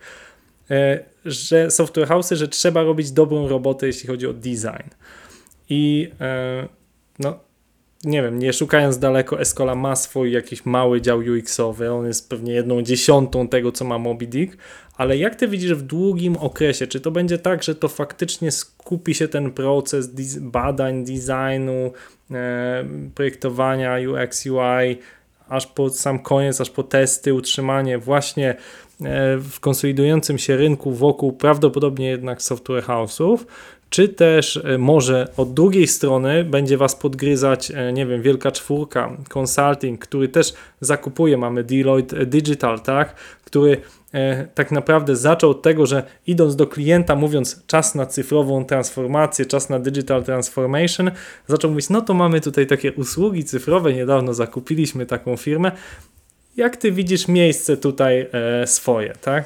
Speaker 3: że software house'y, że trzeba robić dobrą robotę, jeśli chodzi o design. I no, nie wiem, nie szukając daleko, Escola ma swój jakiś mały dział U X-owy, on jest pewnie jedną dziesiątą tego, co ma Moby Dick, ale jak ty widzisz w długim okresie, czy to będzie tak, że to faktycznie skupi się ten proces badań, designu, e, projektowania U X, U I, aż po sam koniec, aż po testy, utrzymanie właśnie w konsolidującym się rynku wokół prawdopodobnie jednak software house'ów, czy też może od drugiej strony będzie was podgryzać, nie wiem, wielka czwórka, consulting, który też zakupuje, mamy Deloitte Digital, tak, który e, tak naprawdę zaczął od tego, że idąc do klienta, mówiąc czas na cyfrową transformację, czas na digital transformation, zaczął mówić, no to mamy tutaj takie usługi cyfrowe, niedawno zakupiliśmy taką firmę. Jak ty widzisz miejsce tutaj e, swoje, tak?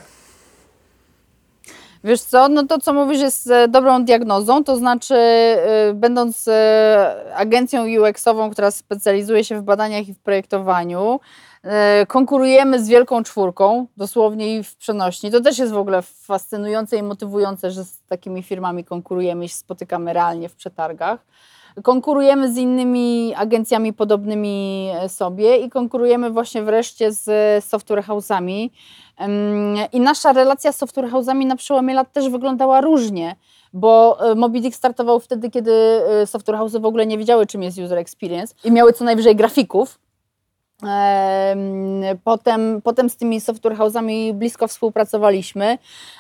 Speaker 4: Wiesz co, no to co mówisz jest dobrą diagnozą, to znaczy y, będąc y, agencją U X-ową, która specjalizuje się w badaniach i w projektowaniu, y, konkurujemy z wielką czwórką, dosłownie i w przenośni. To też jest w ogóle fascynujące i motywujące, że z takimi firmami konkurujemy i się spotykamy realnie w przetargach. Konkurujemy z innymi agencjami podobnymi sobie i konkurujemy właśnie wreszcie z software house'ami. I nasza relacja z software house'ami na przełomie lat też wyglądała różnie, bo Moby Dick startował wtedy, kiedy software house'y w ogóle nie wiedziały, czym jest user experience i miały co najwyżej grafików. Potem, potem z tymi software house'ami blisko współpracowaliśmy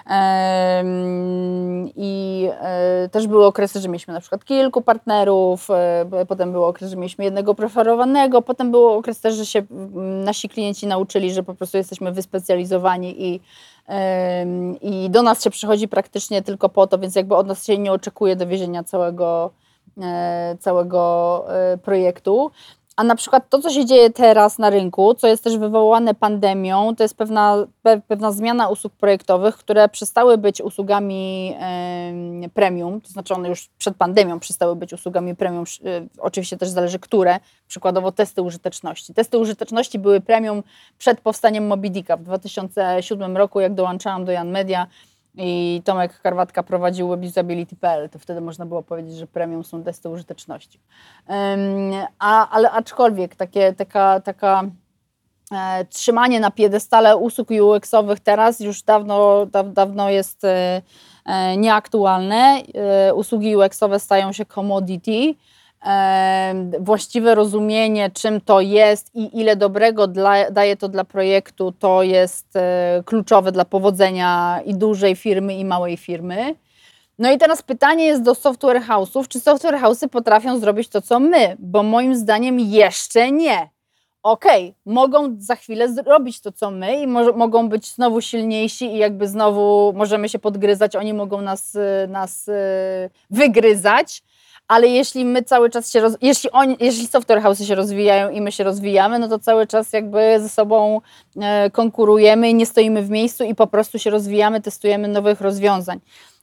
Speaker 4: i też były okresy, że mieliśmy na przykład kilku partnerów, potem był okres, że mieliśmy jednego preferowanego, potem był okres też, że się nasi klienci nauczyli, że po prostu jesteśmy wyspecjalizowani i, i do nas się przychodzi praktycznie tylko po to, więc jakby od nas się nie oczekuje dowiezienia całego, całego projektu. A na przykład to, co się dzieje teraz na rynku, co jest też wywołane pandemią, to jest pewna, pe, pewna zmiana usług projektowych, które przestały być usługami e, premium, to znaczy one już przed pandemią przestały być usługami premium, e, oczywiście też zależy które, przykładowo testy użyteczności. Testy użyteczności były premium przed powstaniem Moby Dicka w dwa tysiące siódmym roku, jak dołączałam do Jan Media i Tomek Karwatka prowadził webusability kropka p l, to wtedy można było powiedzieć, że premium są testy użyteczności. Um, a, ale aczkolwiek takie, taka, taka e, trzymanie na piedestale usług U X-owych teraz już dawno, da, dawno jest e, e, nieaktualne. E, usługi U X-owe stają się commodity. Właściwe rozumienie, czym to jest i ile dobrego dla, daje to dla projektu, to jest e, kluczowe dla powodzenia i dużej firmy, i małej firmy. No i teraz pytanie jest do software house'ów, czy software house'y potrafią zrobić to, co my? Bo moim zdaniem jeszcze nie. Okej, okay, mogą za chwilę zrobić to, co my i mo- mogą być znowu silniejsi i jakby znowu możemy się podgryzać, oni mogą nas, nas e, wygryzać. Ale jeśli my cały czas się, roz... jeśli, oni, jeśli software house'y się rozwijają i my się rozwijamy, no to cały czas jakby ze sobą e, konkurujemy i nie stoimy w miejscu i po prostu się rozwijamy, testujemy nowych rozwiązań.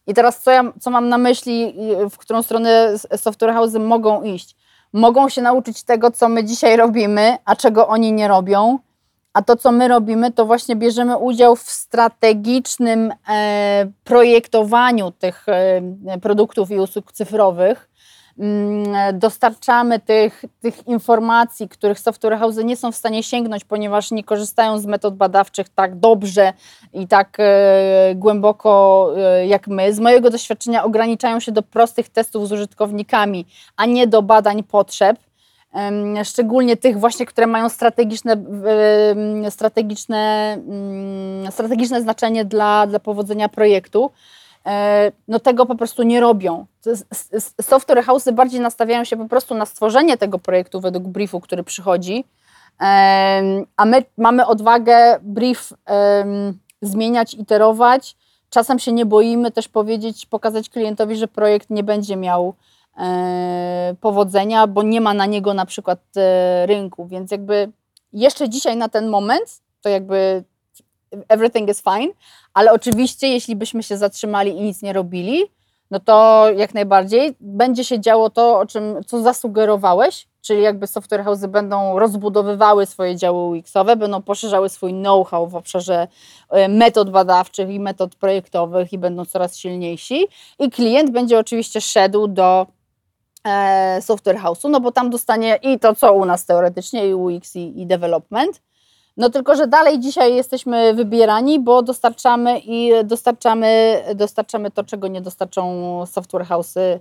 Speaker 4: I teraz co, ja, co mam na myśli, w którą stronę software house'y mogą iść? Mogą się nauczyć tego, co my dzisiaj robimy, a czego oni nie robią. A to, co my robimy, to właśnie bierzemy udział w strategicznym e, projektowaniu tych e, produktów i usług cyfrowych. Mm, dostarczamy tych, tych informacji, których software house'y nie są w stanie sięgnąć, ponieważ nie korzystają z metod badawczych tak dobrze i tak e, głęboko e, jak my. Z mojego doświadczenia ograniczają się do prostych testów z użytkownikami, a nie do badań potrzeb. Szczególnie tych właśnie, które mają strategiczne, strategiczne, strategiczne znaczenie dla, dla powodzenia projektu, no tego po prostu nie robią. Software house'y bardziej nastawiają się po prostu na stworzenie tego projektu według briefu, który przychodzi, a my mamy odwagę brief zmieniać, iterować. Czasem się nie boimy też powiedzieć, pokazać klientowi, że projekt nie będzie miał powodzenia, bo nie ma na niego na przykład rynku, więc jakby jeszcze dzisiaj na ten moment to jakby everything is fine, ale oczywiście jeśli byśmy się zatrzymali i nic nie robili, no to jak najbardziej będzie się działo to, o czym, co zasugerowałeś, czyli jakby software house'y będą rozbudowywały swoje działy U X-owe, będą poszerzały swój know-how w obszarze metod badawczych i metod projektowych i będą coraz silniejsi i klient będzie oczywiście szedł do e, software house'u, no bo tam dostanie i to, co u nas teoretycznie, i U X, i, i development. No tylko, że dalej dzisiaj jesteśmy wybierani, bo dostarczamy i dostarczamy, dostarczamy to, czego nie dostarczą software house'y.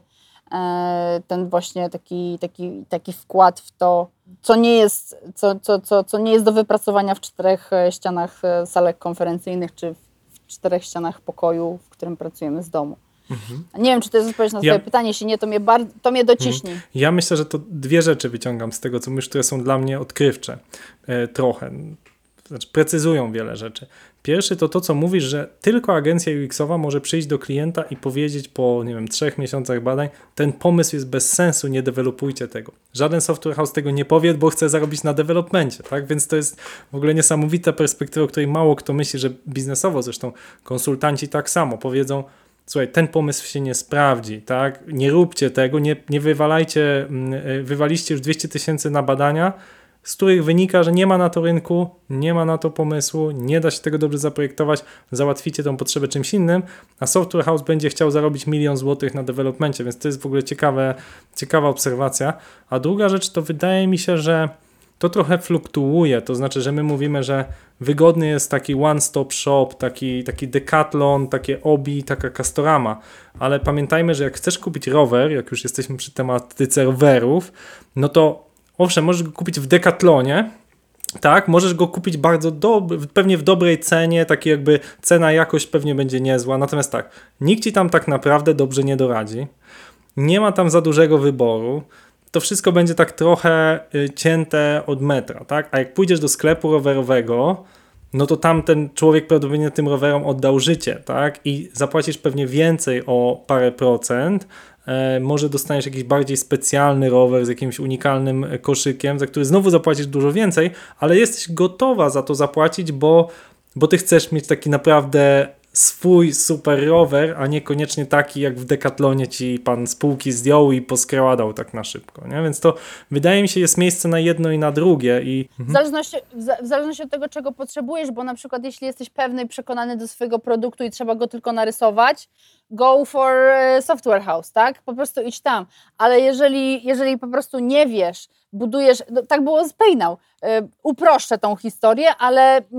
Speaker 4: Ten właśnie taki, taki, taki wkład w to, co nie jest, co, co, co, co nie jest do wypracowania w czterech ścianach salek konferencyjnych, czy w czterech ścianach pokoju, w którym pracujemy z domu. Mhm. Nie wiem, czy to jest odpowiedź na ja... twoje pytanie, jeśli nie, to mnie, bar... to mnie dociśnij. Mhm.
Speaker 3: Ja myślę, że to dwie rzeczy wyciągam z tego, co mówisz, które są dla mnie odkrywcze e, trochę. Znaczy precyzują wiele rzeczy. Pierwszy to to, co mówisz, że tylko agencja U X-owa może przyjść do klienta i powiedzieć po, nie wiem, trzech miesiącach badań, ten pomysł jest bez sensu, nie dewelopujcie tego. Żaden software house tego nie powie, bo chce zarobić na dewelopmencie, tak? Więc to jest w ogóle niesamowita perspektywa, o której mało kto myśli, że biznesowo, zresztą konsultanci tak samo powiedzą, słuchaj, ten pomysł się nie sprawdzi, tak? Nie róbcie tego, nie, nie wywalajcie, wywaliście już dwieście tysięcy na badania, z których wynika, że nie ma na to rynku, nie ma na to pomysłu, nie da się tego dobrze zaprojektować, załatwicie tą potrzebę czymś innym, a software house będzie chciał zarobić milion złotych na developmencie, więc to jest w ogóle ciekawe, ciekawa obserwacja. A druga rzecz to wydaje mi się, że to trochę fluktuuje, to znaczy, że my mówimy, że wygodny jest taki one-stop shop, taki, taki Decathlon, takie Obi, taka Castorama, ale pamiętajmy, że jak chcesz kupić rower, jak już jesteśmy przy tematyce rowerów, no to owszem, możesz go kupić w Decathlonie, tak, możesz go kupić bardzo dobry, pewnie w dobrej cenie, taki jakby cena, jakość pewnie będzie niezła, natomiast tak, nikt ci tam tak naprawdę dobrze nie doradzi, nie ma tam za dużego wyboru, to wszystko będzie tak trochę y, cięte od metra, tak, a jak pójdziesz do sklepu rowerowego, no to tam ten człowiek prawdopodobnie tym rowerom oddał życie, tak, i zapłacisz pewnie więcej o parę procent, może dostaniesz jakiś bardziej specjalny rower z jakimś unikalnym koszykiem, za który znowu zapłacisz dużo więcej, ale jesteś gotowa za to zapłacić, bo, bo ty chcesz mieć taki naprawdę swój super rower, a niekoniecznie taki jak w Decathlonie ci pan z półki zdjął i poskradał tak na szybko, nie? Więc to wydaje mi się jest miejsce na jedno i na drugie. I...
Speaker 4: W, zależności, w zależności od tego, czego potrzebujesz, bo na przykład jeśli jesteś pewny i przekonany do swojego produktu i trzeba go tylko narysować, go for software house, tak? Po prostu idź tam. Ale jeżeli, jeżeli po prostu nie wiesz, budujesz, no, tak było z PayNow, y, uproszczę tą historię, ale y,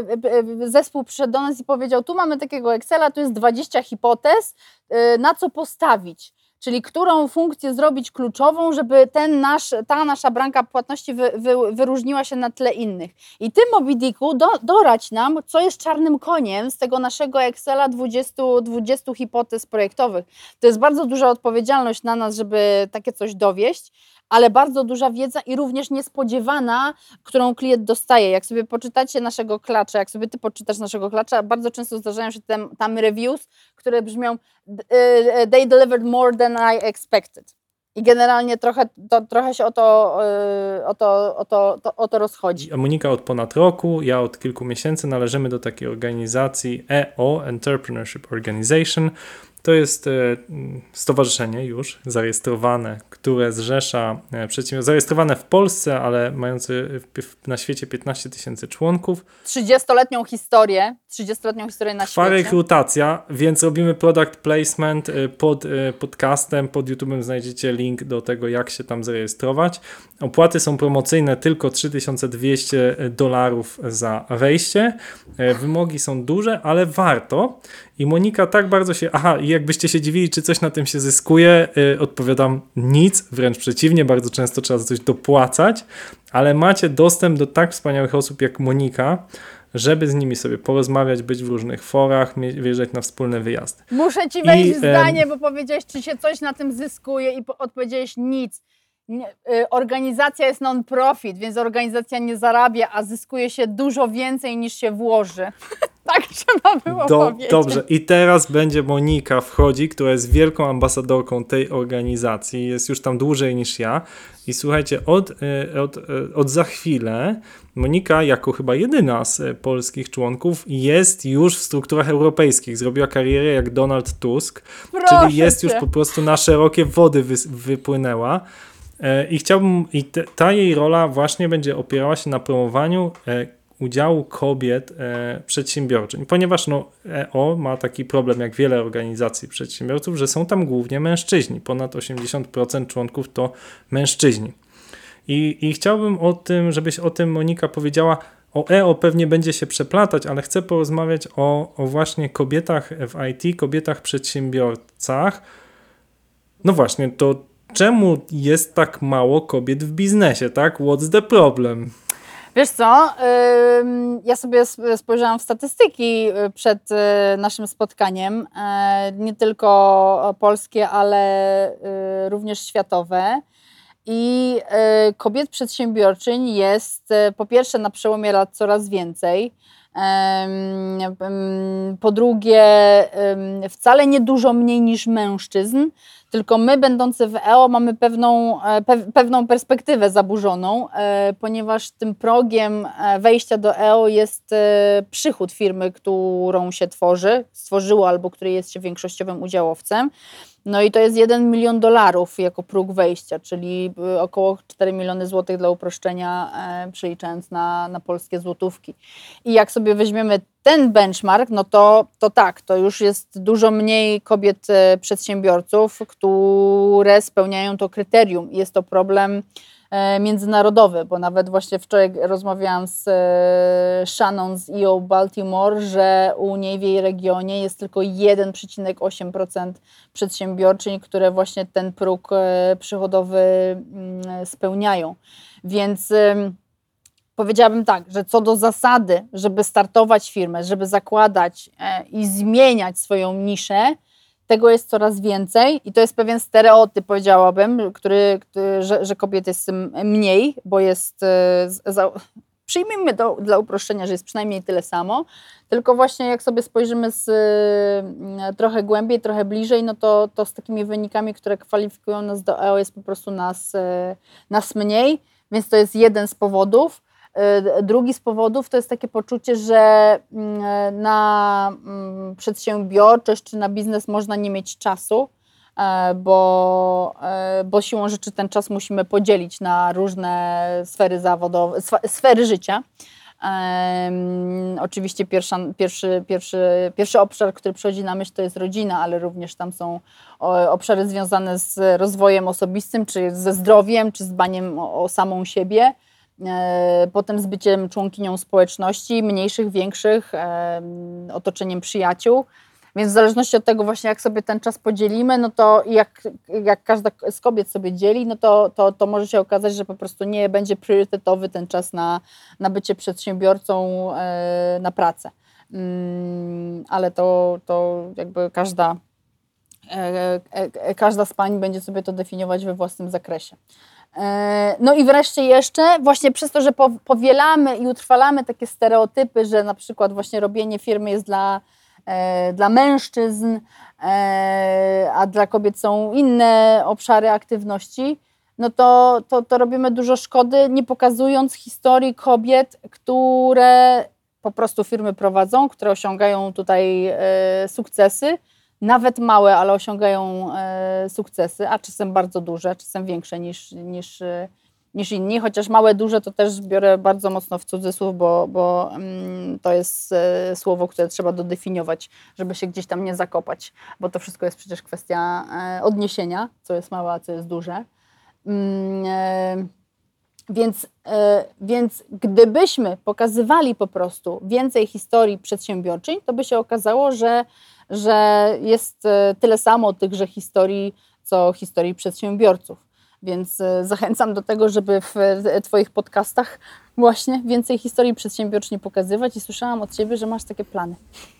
Speaker 4: y, zespół przyszedł do nas i powiedział, tu mamy takiego Excela, tu jest dwadzieścia hipotez, y, na co postawić. Czyli którą funkcję zrobić kluczową, żeby ten nasz, ta nasza bramka płatności wy, wy, wyróżniła się na tle innych. I ty, Moby Dicku, do, doradź nam, co jest czarnym koniem z tego naszego Excela dwudziestu, dwudziestu hipotez projektowych. To jest bardzo duża odpowiedzialność na nas, żeby takie coś dowieść, ale bardzo duża wiedza i również niespodziewana, którą klient dostaje. Jak sobie poczytacie naszego klacza, jak sobie ty poczytasz naszego klacza, bardzo często zdarzają się tam, tam reviews, które brzmią they delivered more than I expected. I generalnie trochę, to, trochę się o to, o, to, o, to, to, o to rozchodzi.
Speaker 3: Monika od ponad roku, ja od kilku miesięcy należymy do takiej organizacji E O, Entrepreneurship Organization. To jest stowarzyszenie już zarejestrowane, które zrzesza przedsiębiorstw, zarejestrowane w Polsce, ale mające na świecie piętnaście tysięcy członków.
Speaker 4: trzydziestoletnią historię, trzydziestoletnią historię na
Speaker 3: Trwa
Speaker 4: świecie.
Speaker 3: rekrutacja, więc robimy product placement pod podcastem, pod YouTube'em znajdziecie link do tego, jak się tam zarejestrować. Opłaty są promocyjne, tylko trzy tysiące dwieście dolarów za wejście. Wymogi są duże, ale warto. I Monika tak bardzo się... Aha, i jakbyście się dziwili, czy coś na tym się zyskuje, yy, odpowiadam nic, wręcz przeciwnie, bardzo często trzeba za coś dopłacać, ale macie dostęp do tak wspaniałych osób jak Monika, żeby z nimi sobie porozmawiać, być w różnych forach, wyjeżdżać na wspólne wyjazdy.
Speaker 4: Muszę ci wejść
Speaker 3: I,
Speaker 4: w zdanie, bo powiedziałeś, czy się coś na tym zyskuje i odpowiedziałeś nic. Nie, y, organizacja jest non-profit, więc organizacja nie zarabia, a zyskuje się dużo więcej niż się włoży. Tak trzeba było
Speaker 3: Do,
Speaker 4: powiedzieć.
Speaker 3: Dobrze, i teraz będzie Monika wchodzi, która jest wielką ambasadorką tej organizacji, jest już tam dłużej niż ja i słuchajcie, od, od, od za chwilę Monika jako chyba jedyna z polskich członków jest już w strukturach europejskich, zrobiła karierę jak Donald Tusk,
Speaker 4: Proszę
Speaker 3: czyli jest
Speaker 4: cię.
Speaker 3: już po prostu na szerokie wody wy, wypłynęła. I chciałbym, i te, ta jej rola właśnie będzie opierała się na promowaniu e, udziału kobiet e, przedsiębiorczych, ponieważ no, E O ma taki problem jak wiele organizacji przedsiębiorców, że są tam głównie mężczyźni, ponad osiemdziesiąt procent członków to mężczyźni. I, i chciałbym o tym, żebyś o tym Monika powiedziała, o E O pewnie będzie się przeplatać, ale chcę porozmawiać o, o właśnie kobietach w I T, kobietach przedsiębiorcach. No właśnie, to czemu jest tak mało kobiet w biznesie, tak? What's the problem?
Speaker 4: Wiesz co, ym, ja sobie sp- spojrzałam w statystyki y, przed y, naszym spotkaniem, y, nie tylko polskie, ale y, również światowe. I y, kobiet przedsiębiorczyń jest y, po pierwsze na przełomie lat coraz więcej. Ym, ym, po drugie, ym, wcale nie dużo mniej niż mężczyzn, tylko my będący w E O mamy pewną, e, pe, pewną perspektywę zaburzoną, e, ponieważ tym progiem e, wejścia do E O jest e, przychód firmy, którą się tworzy, stworzyło albo której jest się większościowym udziałowcem. No i to jest jeden milion dolarów jako próg wejścia, czyli y, około cztery miliony złotych dla uproszczenia, e, przeliczając na, na polskie złotówki. I jak sobie weźmiemy ten benchmark, no to, to tak, to już jest dużo mniej kobiet e, przedsiębiorców, które spełniają to kryterium. I jest to problem e, międzynarodowy, bo nawet właśnie wczoraj rozmawiałam z e, Shannon z E O Baltimore, że u niej w jej regionie jest tylko jeden przecinek osiem procent przedsiębiorczyń, które właśnie ten próg e, przychodowy mm, spełniają. Więc e, powiedziałabym tak, że co do zasady, żeby startować firmę, żeby zakładać e, i zmieniać swoją niszę, tego jest coraz więcej i to jest pewien stereotyp, powiedziałabym, który, który, że, że kobiet jest mniej, bo jest, e, za, przyjmijmy to dla uproszczenia, że jest przynajmniej tyle samo, tylko właśnie jak sobie spojrzymy z, e, trochę głębiej, trochę bliżej, no to, to z takimi wynikami, które kwalifikują nas do E O jest po prostu nas, e, nas mniej, więc to jest jeden z powodów. Drugi z powodów to jest takie poczucie, że na przedsiębiorczość czy na biznes można nie mieć czasu, bo, bo siłą rzeczy ten czas musimy podzielić na różne sfery zawodowe, sfery życia. Um, oczywiście pierwsza, pierwszy, pierwszy, pierwszy obszar, który przychodzi na myśl, to jest rodzina, ale również tam są o, obszary związane z rozwojem osobistym, czy ze zdrowiem, czy z dbaniem o, o samą siebie. Potem z byciem członkinią społeczności, mniejszych, większych, otoczeniem przyjaciół. Więc w zależności od tego właśnie jak sobie ten czas podzielimy, no to jak, jak każda z kobiet sobie dzieli, no to, to, to może się okazać, że po prostu nie będzie priorytetowy ten czas na, na bycie przedsiębiorcą, na pracę. Ale to, to jakby każda, każda z pań będzie sobie to definiować we własnym zakresie. No i wreszcie jeszcze, właśnie przez to, że powielamy i utrwalamy takie stereotypy, że na przykład właśnie robienie firmy jest dla, e, dla mężczyzn, e, a dla kobiet są inne obszary aktywności, no to, to, to robimy dużo szkody, nie pokazując historii kobiet, które po prostu firmy prowadzą, które osiągają tutaj e, sukcesy, nawet małe, ale osiągają e, sukcesy, a czasem bardzo duże, czasem większe niż, niż, niż inni, chociaż małe, duże to też biorę bardzo mocno w cudzysłów, bo, bo mm, to jest e, słowo, które trzeba dodefiniować, żeby się gdzieś tam nie zakopać, bo to wszystko jest przecież kwestia e, odniesienia, co jest małe, a co jest duże. Mm, e, Więc, e, więc gdybyśmy pokazywali po prostu więcej historii przedsiębiorczyń, to by się okazało, że, że jest e, tyle samo tychże historii, co historii przedsiębiorców. Więc e, zachęcam do tego, żeby w e, Twoich podcastach właśnie więcej historii przedsiębiorczych pokazywać i słyszałam od Ciebie, że masz takie plany.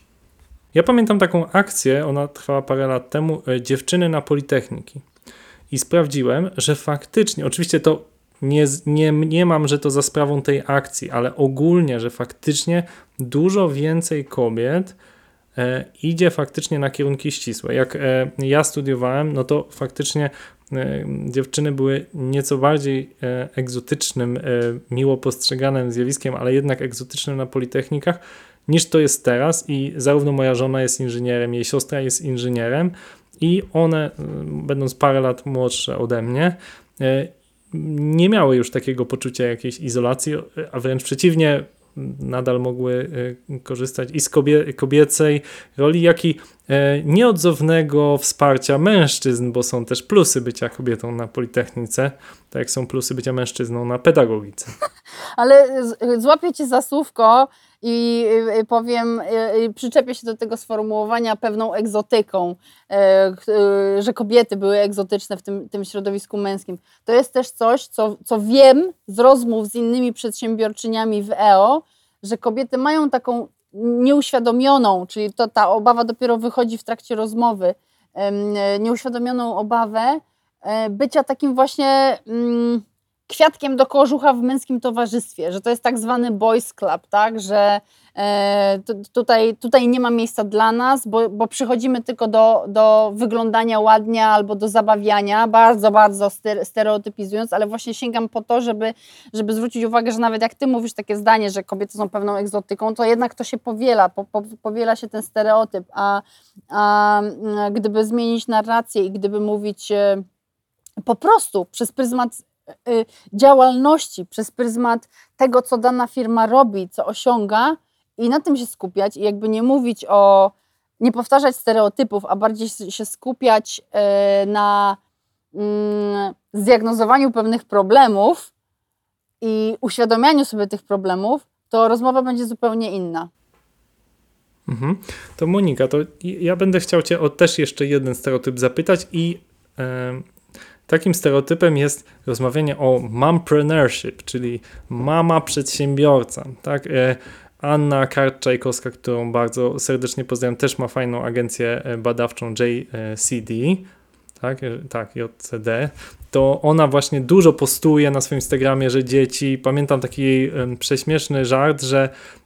Speaker 3: Ja pamiętam taką akcję, ona trwała parę lat temu, e, dziewczyny na Politechniki. I sprawdziłem, że faktycznie, oczywiście to Nie, nie, nie mam, że to za sprawą tej akcji, ale ogólnie, że faktycznie dużo więcej kobiet e, idzie faktycznie na kierunki ścisłe. Jak e, ja studiowałem, no to faktycznie e, dziewczyny były nieco bardziej e, egzotycznym, e, miło postrzeganym zjawiskiem, ale jednak egzotycznym na politechnikach, niż to jest teraz i zarówno moja żona jest inżynierem, jej siostra jest inżynierem i one, e, będąc parę lat młodsze ode mnie, e, nie miały już takiego poczucia jakiejś izolacji, a wręcz przeciwnie, nadal mogły korzystać i z kobie, kobiecej roli, jak i nieodzownego wsparcia mężczyzn, bo są też plusy bycia kobietą na Politechnice, tak jak są plusy bycia mężczyzną na pedagogice.
Speaker 4: Ale z- złapię Cię za słówko i y, powiem, y, przyczepię się do tego sformułowania pewną egzotyką, y, y, że kobiety były egzotyczne w tym, tym środowisku męskim. To jest też coś, co, co wiem z rozmów z innymi przedsiębiorczyniami w E O, że kobiety mają taką nieuświadomioną, czyli to ta obawa dopiero wychodzi w trakcie rozmowy, em, nieuświadomioną obawę e, bycia takim właśnie mm, kwiatkiem do kożucha w męskim towarzystwie, że to jest tak zwany boys club, tak, że e, tu, tutaj, tutaj nie ma miejsca dla nas, bo, bo przychodzimy tylko do, do wyglądania ładnie albo do zabawiania, bardzo, bardzo ster- stereotypizując, ale właśnie sięgam po to, żeby, żeby zwrócić uwagę, że nawet jak ty mówisz takie zdanie, że kobiety są pewną egzotyką, to jednak to się powiela, po, po, powiela się ten stereotyp, a, a gdyby zmienić narrację i gdyby mówić e, po prostu przez pryzmat działalności, przez pryzmat tego, co dana firma robi, co osiąga i na tym się skupiać i jakby nie mówić o, nie powtarzać stereotypów, a bardziej się skupiać na mm, zdiagnozowaniu pewnych problemów i uświadomianiu sobie tych problemów, to rozmowa będzie zupełnie inna.
Speaker 3: Mhm. To Monika, to ja będę chciał Cię o też jeszcze jeden stereotyp zapytać i yy, takim stereotypem jest rozmawianie o mompreneurship, czyli mama przedsiębiorca. Tak? Anna Karczajkowska, którą bardzo serdecznie pozdrawiam, też ma fajną agencję badawczą J C D, tak, tak J C D. To ona właśnie dużo postuje na swoim Instagramie, że dzieci, pamiętam taki jej prześmieszny żart, że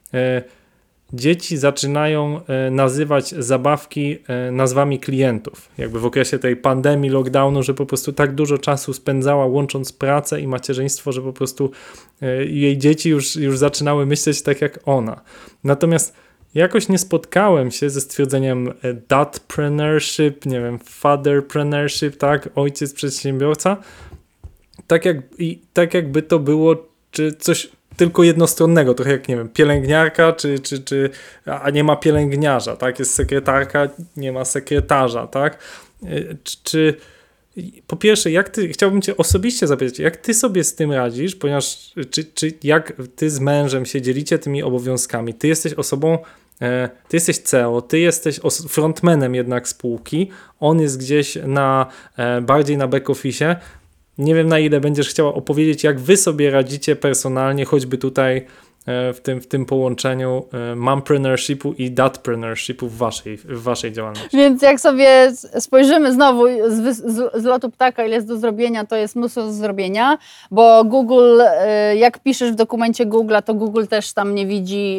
Speaker 3: dzieci zaczynają nazywać zabawki nazwami klientów. Jakby w okresie tej pandemii, lockdownu, że po prostu tak dużo czasu spędzała łącząc pracę i macierzyństwo, że po prostu jej dzieci już, już zaczynały myśleć tak jak ona. Natomiast jakoś nie spotkałem się ze stwierdzeniem dadpreneurship, nie wiem, fatherpreneurship, tak, ojciec przedsiębiorca. Tak, jak, i, tak jakby to było czy coś tylko jednostronnego, trochę jak, nie wiem, pielęgniarka, czy, czy, czy, a nie ma pielęgniarza, tak? Jest sekretarka, nie ma sekretarza, tak? Czy, czy po pierwsze, jak ty, chciałbym Cię osobiście zapytać, jak Ty sobie z tym radzisz, ponieważ, czy, czy jak Ty z mężem się dzielicie tymi obowiązkami? Ty jesteś osobą, e, Ty jesteś C E O, Ty jesteś os- frontmanem jednak spółki, on jest gdzieś na, e, bardziej na back office. Nie wiem, na ile będziesz chciała opowiedzieć, jak wy sobie radzicie personalnie, choćby tutaj w tym, w tym połączeniu mompreneurshipu i dadpreneurshipu w waszej, w waszej działalności.
Speaker 4: Więc jak sobie spojrzymy znowu z, z, z lotu ptaka, ile jest do zrobienia, to jest mnóstwo do zrobienia, bo Google, jak piszesz w dokumencie Google'a, to Google też tam nie widzi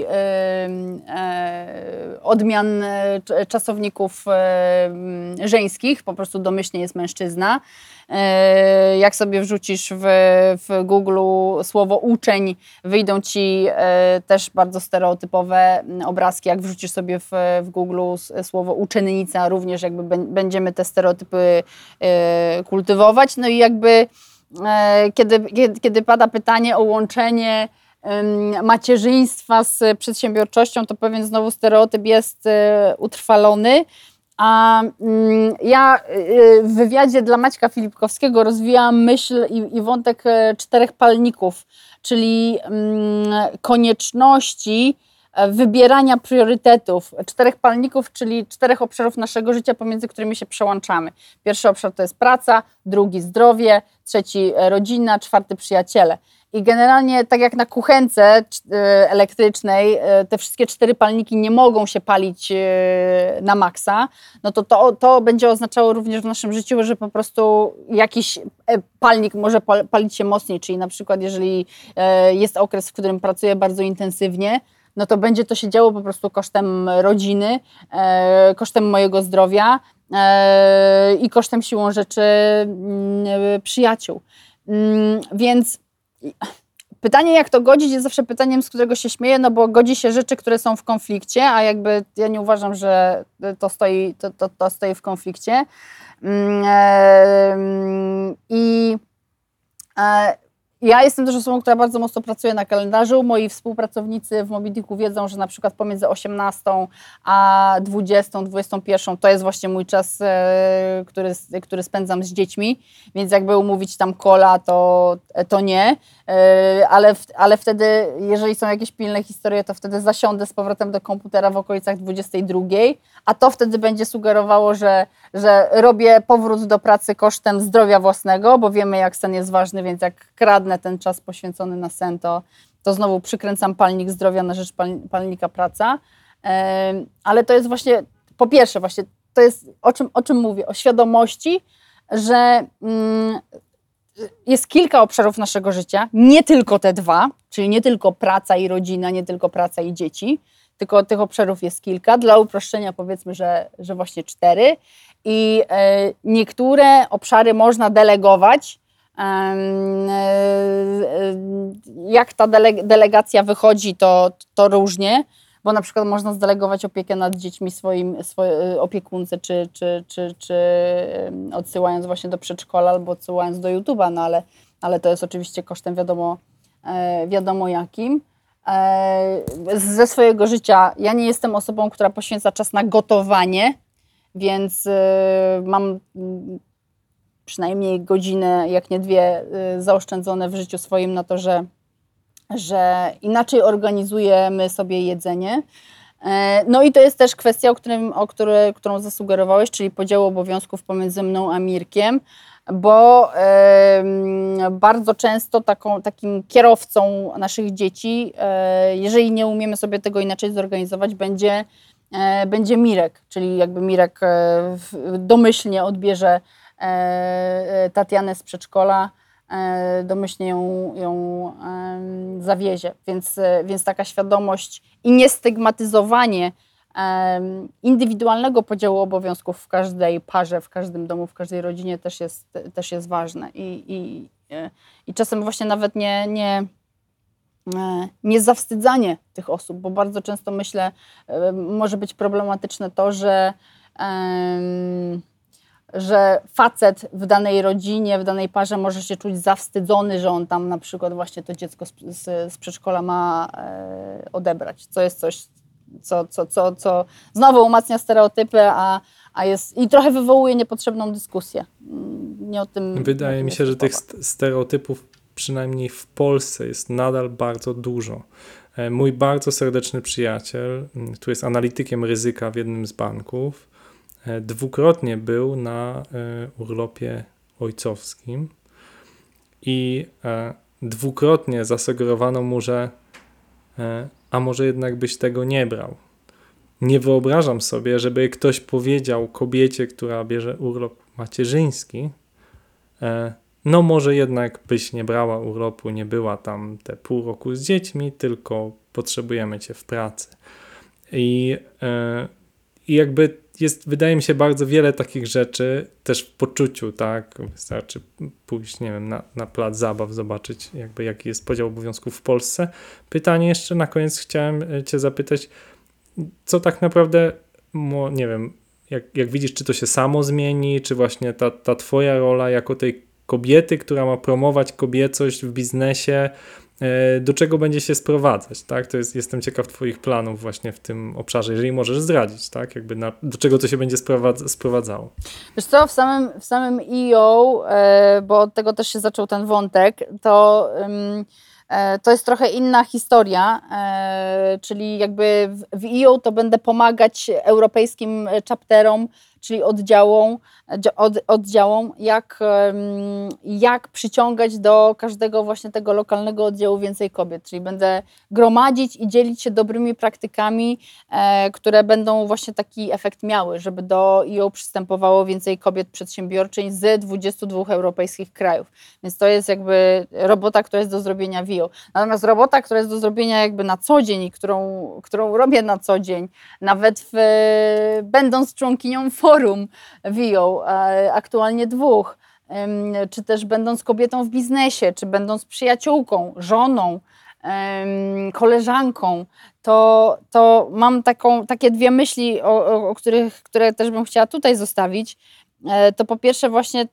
Speaker 4: odmian czasowników żeńskich, po prostu domyślnie jest mężczyzna. Jak sobie wrzucisz w, w Google słowo uczeń, wyjdą ci e, też bardzo stereotypowe obrazki, jak wrzucisz sobie w, w Google słowo uczennica, również jakby b- będziemy te stereotypy e, kultywować. No i jakby e, kiedy, kiedy, kiedy pada pytanie o łączenie e, macierzyństwa z przedsiębiorczością, to pewien znowu stereotyp jest e, utrwalony. A mm, ja y, w wywiadzie dla Maćka Filipkowskiego rozwijałam myśl i, i wątek y, czterech palników, czyli y, konieczności y, wybierania priorytetów. Czterech palników, czyli czterech obszarów naszego życia, pomiędzy którymi się przełączamy. Pierwszy obszar to jest praca, drugi zdrowie, trzeci rodzina, czwarty przyjaciele. I generalnie tak jak na kuchence elektrycznej te wszystkie cztery palniki nie mogą się palić na maksa, no to, to to będzie oznaczało również w naszym życiu, że po prostu jakiś palnik może palić się mocniej, czyli na przykład jeżeli jest okres, w którym pracuję bardzo intensywnie, no to będzie to się działo po prostu kosztem rodziny, kosztem mojego zdrowia i kosztem siłą rzeczy przyjaciół. Więc pytanie, jak to godzić, jest zawsze pytaniem, z którego się śmieję, no bo godzi się rzeczy, które są w konflikcie, a jakby ja nie uważam, że to stoi, to, to, to stoi w konflikcie. I ja jestem też osobą, która bardzo mocno pracuje na kalendarzu. Moi współpracownicy w Mobidiku wiedzą, że na przykład pomiędzy osiemnastą a dwudziestą, dwudziestą pierwszą to jest właśnie mój czas, który, który spędzam z dziećmi, więc jakby umówić tam kola, to, to nie. Ale, ale wtedy, jeżeli są jakieś pilne historie, to wtedy zasiądę z powrotem do komputera w okolicach dwudziestej drugiej, a to wtedy będzie sugerowało, że, że robię powrót do pracy kosztem zdrowia własnego, bo wiemy, jak sen jest ważny, więc jak kradnę ten czas poświęcony na sen, to, to znowu przykręcam palnik zdrowia na rzecz pal, palnika praca. Yy, ale to jest właśnie, po pierwsze właśnie, to jest o czym, o czym mówię, o świadomości, że yy, jest kilka obszarów naszego życia, nie tylko te dwa, czyli nie tylko praca i rodzina, nie tylko praca i dzieci, tylko tych obszarów jest kilka. Dla uproszczenia powiedzmy, że, że właśnie cztery. I yy, niektóre obszary można delegować. Jak ta dele- delegacja wychodzi, to, to różnie, bo na przykład można zdelegować opiekę nad dziećmi swoim, swoje, opiekunce, czy, czy, czy, czy odsyłając właśnie do przedszkola, albo odsyłając do YouTube'a, no ale, ale to jest oczywiście kosztem wiadomo, wiadomo jakim. Ze swojego życia ja nie jestem osobą, która poświęca czas na gotowanie, więc mam przynajmniej godzinę, jak nie dwie, zaoszczędzone w życiu swoim na to, że, że inaczej organizujemy sobie jedzenie. No i to jest też kwestia, o, którym, o który, którą zasugerowałeś, czyli podziału obowiązków pomiędzy mną a Mirkiem, bo e, bardzo często taką, takim kierowcą naszych dzieci, e, jeżeli nie umiemy sobie tego inaczej zorganizować, będzie, e, będzie Mirek, czyli jakby Mirek e, domyślnie odbierze Tatianę z przedszkola, domyślnie ją, ją zawiezie. Więc, więc taka świadomość i niestygmatyzowanie indywidualnego podziału obowiązków w każdej parze, w każdym domu, w każdej rodzinie też jest, też jest ważne. I, i, i czasem właśnie nawet nie, nie, nie zawstydzanie tych osób, bo bardzo często myślę, może być problematyczne to, że że facet w danej rodzinie, w danej parze może się czuć zawstydzony, że on tam na przykład właśnie to dziecko z, z, z przedszkola ma e, odebrać. Co jest coś, co, co, co, co znowu umacnia stereotypy, a, a jest i trochę wywołuje niepotrzebną dyskusję. Nie o tym.
Speaker 3: Wydaje mi się, że tych
Speaker 4: słowa.
Speaker 3: stereotypów przynajmniej w Polsce jest nadal bardzo dużo. Mój bardzo serdeczny przyjaciel, który jest analitykiem ryzyka w jednym z banków, dwukrotnie był na urlopie ojcowskim i dwukrotnie zasugerowano mu, że a może jednak byś tego nie brał. Nie wyobrażam sobie, żeby ktoś powiedział kobiecie, która bierze urlop macierzyński, no może jednak byś nie brała urlopu, nie była tam te pół roku z dziećmi, tylko potrzebujemy cię w pracy. I, i jakby jest, wydaje mi się, bardzo wiele takich rzeczy, też w poczuciu, tak, wystarczy pójść, nie wiem, na, na plac zabaw, zobaczyć jakby jaki jest podział obowiązków w Polsce. Pytanie jeszcze na koniec chciałem cię zapytać, co tak naprawdę, nie wiem, jak, jak widzisz, czy to się samo zmieni, czy właśnie ta, ta twoja rola jako tej kobiety, która ma promować kobiecość w biznesie, do czego będzie się sprowadzać, tak? To jest, jestem ciekaw twoich planów właśnie w tym obszarze, jeżeli możesz zdradzić, tak? Jakby na, do czego to się będzie sprowadza, sprowadzało.
Speaker 4: Wiesz co, w samym, w samym E O, e, bo od tego też się zaczął ten wątek, to, ym, e, to jest trochę inna historia, e, czyli jakby w, w E O to będę pomagać europejskim chapterom, czyli oddziałom, od, oddziałom jak, jak przyciągać do każdego właśnie tego lokalnego oddziału więcej kobiet, czyli będę gromadzić i dzielić się dobrymi praktykami, e, które będą właśnie taki efekt miały, żeby do E O przystępowało więcej kobiet przedsiębiorczyń z dwudziestu dwóch europejskich krajów. Więc to jest jakby robota, która jest do zrobienia w E O. Natomiast robota, która jest do zrobienia jakby na co dzień i którą, którą robię na co dzień, nawet w, będąc członkinią forum w E O, aktualnie dwóch, czy też będąc kobietą w biznesie, czy będąc przyjaciółką, żoną, koleżanką, to, to mam taką, takie dwie myśli, o, o, o których, które też bym chciała tutaj zostawić. To po pierwsze właśnie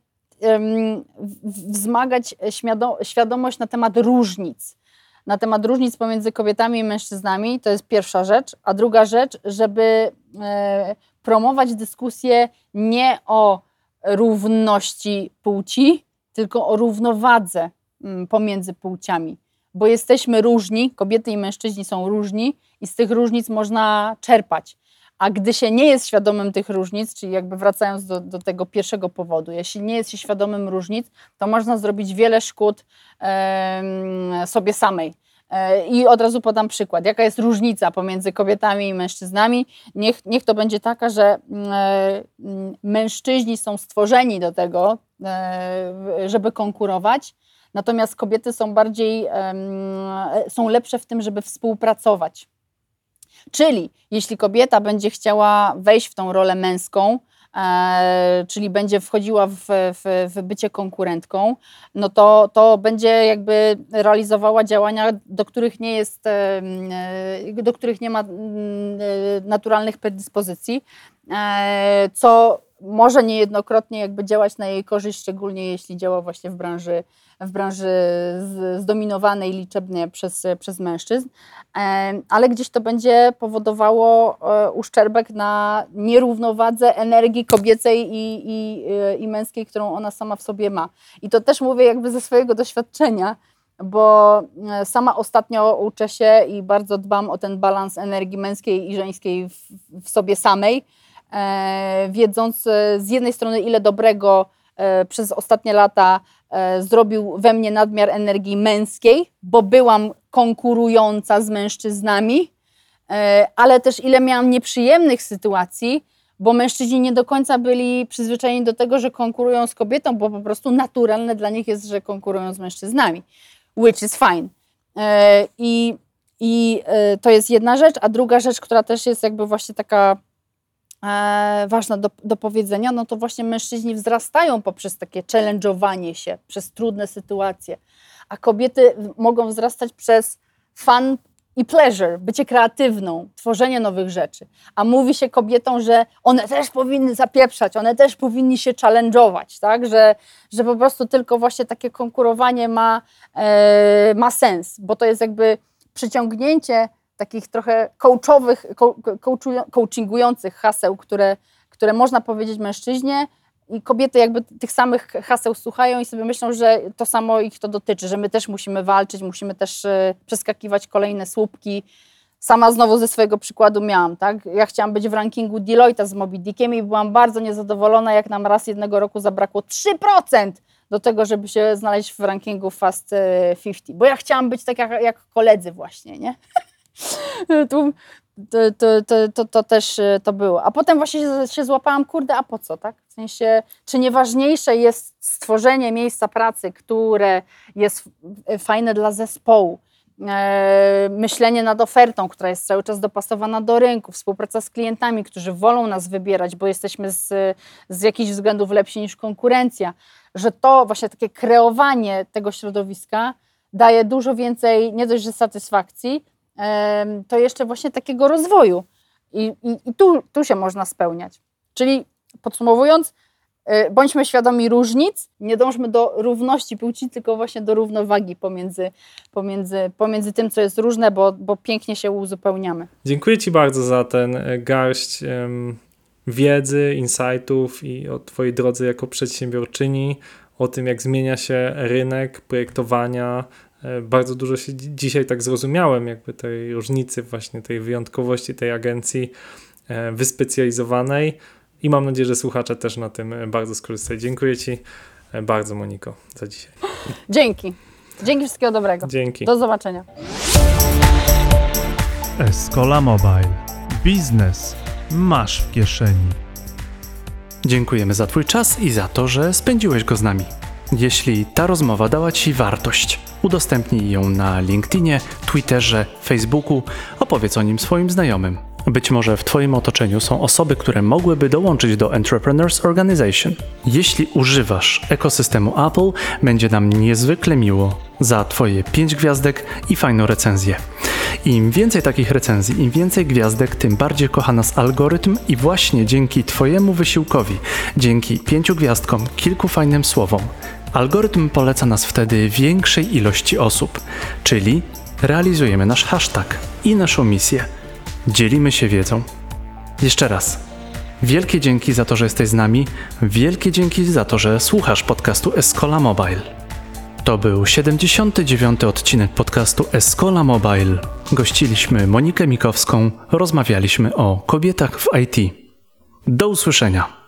Speaker 4: wzmagać świadomość na temat różnic. Na temat różnic pomiędzy kobietami i mężczyznami, to jest pierwsza rzecz. A druga rzecz, żeby e, promować dyskusję nie o równości płci, tylko o równowadze m, pomiędzy płciami. Bo jesteśmy różni, kobiety i mężczyźni są różni i z tych różnic można czerpać. A gdy się nie jest świadomym tych różnic, czyli jakby wracając do, do tego pierwszego powodu, jeśli nie jest się świadomym różnic, to można zrobić wiele szkód e, sobie samej. E, I od razu podam przykład. Jaka jest różnica pomiędzy kobietami i mężczyznami? Niech, niech to będzie taka, że e, mężczyźni są stworzeni do tego, e, żeby konkurować, natomiast kobiety są bardziej, e, są lepsze w tym, żeby współpracować. Czyli jeśli kobieta będzie chciała wejść w tą rolę męską, e, czyli będzie wchodziła w, w, w bycie konkurentką, no to, to będzie jakby realizowała działania, do których nie jest, e, do których nie ma e, naturalnych predyspozycji, e, co może niejednokrotnie jakby działać na jej korzyść, szczególnie jeśli działa właśnie w branży, w branży zdominowanej liczebnie przez, przez mężczyzn, ale gdzieś to będzie powodowało uszczerbek na nierównowadze energii kobiecej i, i, i męskiej, którą ona sama w sobie ma. I to też mówię jakby ze swojego doświadczenia, bo sama ostatnio uczę się i bardzo dbam o ten balans energii męskiej i żeńskiej w, w sobie samej, E, wiedząc e, z jednej strony, ile dobrego e, przez ostatnie lata e, zrobił we mnie nadmiar energii męskiej, bo byłam konkurująca z mężczyznami, e, ale też ile miałam nieprzyjemnych sytuacji, bo mężczyźni nie do końca byli przyzwyczajeni do tego, że konkurują z kobietą, bo po prostu naturalne dla nich jest, że konkurują z mężczyznami, which is fine. E, i, i e, to jest jedna rzecz, a druga rzecz, która też jest jakby właśnie taka E, ważna do, do powiedzenia, no to właśnie mężczyźni wzrastają poprzez takie challenge'owanie się, przez trudne sytuacje, a kobiety mogą wzrastać przez fun i pleasure, bycie kreatywną, tworzenie nowych rzeczy. A mówi się kobietom, że one też powinny zapieprzać, one też powinni się challenge'ować, tak? Że, że po prostu tylko właśnie takie konkurowanie ma, e, ma sens, bo to jest jakby przyciągnięcie takich trochę coachowych, coachingujących haseł, które, które można powiedzieć mężczyźnie i kobiety jakby tych samych haseł słuchają i sobie myślą, że to samo ich to dotyczy, że my też musimy walczyć, musimy też y, przeskakiwać kolejne słupki. Sama znowu ze swojego przykładu miałam, tak? Ja chciałam być w rankingu Deloitte'a z Moby Dickiem i byłam bardzo niezadowolona, jak nam raz jednego roku zabrakło trzy procent do tego, żeby się znaleźć w rankingu Fast pięćdziesiąt, bo ja chciałam być tak jak, jak koledzy właśnie, nie? To, to, to, to, to też to było. A potem właśnie się, się złapałam, kurde, a po co, tak? W sensie, czy nieważniejsze jest stworzenie miejsca pracy, które jest fajne dla zespołu, e, myślenie nad ofertą, która jest cały czas dopasowana do rynku, współpraca z klientami, którzy wolą nas wybierać, bo jesteśmy z, z jakichś względów lepsi niż konkurencja, że to właśnie takie kreowanie tego środowiska daje dużo więcej, nie dość, że satysfakcji, e, to jeszcze właśnie takiego rozwoju. I, i, i tu, tu się można spełniać. Czyli podsumowując, bądźmy świadomi różnic, nie dążmy do równości płci, tylko właśnie do równowagi pomiędzy, pomiędzy, pomiędzy tym, co jest różne, bo, bo pięknie się uzupełniamy.
Speaker 3: Dziękuję Ci bardzo za ten garść um, wiedzy, insightów i o Twojej drodze jako przedsiębiorczyni, o tym, jak zmienia się rynek projektowania. Bardzo dużo się dzisiaj tak zrozumiałem, jakby tej różnicy, właśnie tej wyjątkowości tej agencji wyspecjalizowanej. I mam nadzieję, że słuchacze też na tym bardzo skorzystali. Dziękuję Ci bardzo, Moniko, za dzisiaj.
Speaker 4: Dzięki. Dzięki, wszystkiego dobrego.
Speaker 3: Dzięki.
Speaker 4: Do zobaczenia.
Speaker 2: Escola Mobile. Biznes masz w kieszeni.
Speaker 1: Dziękujemy za Twój czas i za to, że spędziłeś go z nami. Jeśli ta rozmowa dała Ci wartość, udostępnij ją na LinkedInie, Twitterze, Facebooku, opowiedz o nim swoim znajomym. Być może w Twoim otoczeniu są osoby, które mogłyby dołączyć do Entrepreneurs Organization. Jeśli używasz ekosystemu Apple, będzie nam niezwykle miło za Twoje pięć gwiazdek i fajną recenzję. Im więcej takich recenzji, im więcej gwiazdek, tym bardziej kocha nas algorytm i właśnie dzięki Twojemu wysiłkowi, dzięki pięciu gwiazdkom, kilku fajnym słowom, algorytm poleca nas wtedy większej ilości osób, czyli realizujemy nasz hashtag i naszą misję. Dzielimy się wiedzą. Jeszcze raz, wielkie dzięki za to, że jesteś z nami, wielkie dzięki za to, że słuchasz podcastu Escola Mobile. To był siedemdziesiąty dziewiąty odcinek podcastu Escola Mobile. Gościliśmy Monikę Mikowską, rozmawialiśmy o kobietach w I T. Do usłyszenia.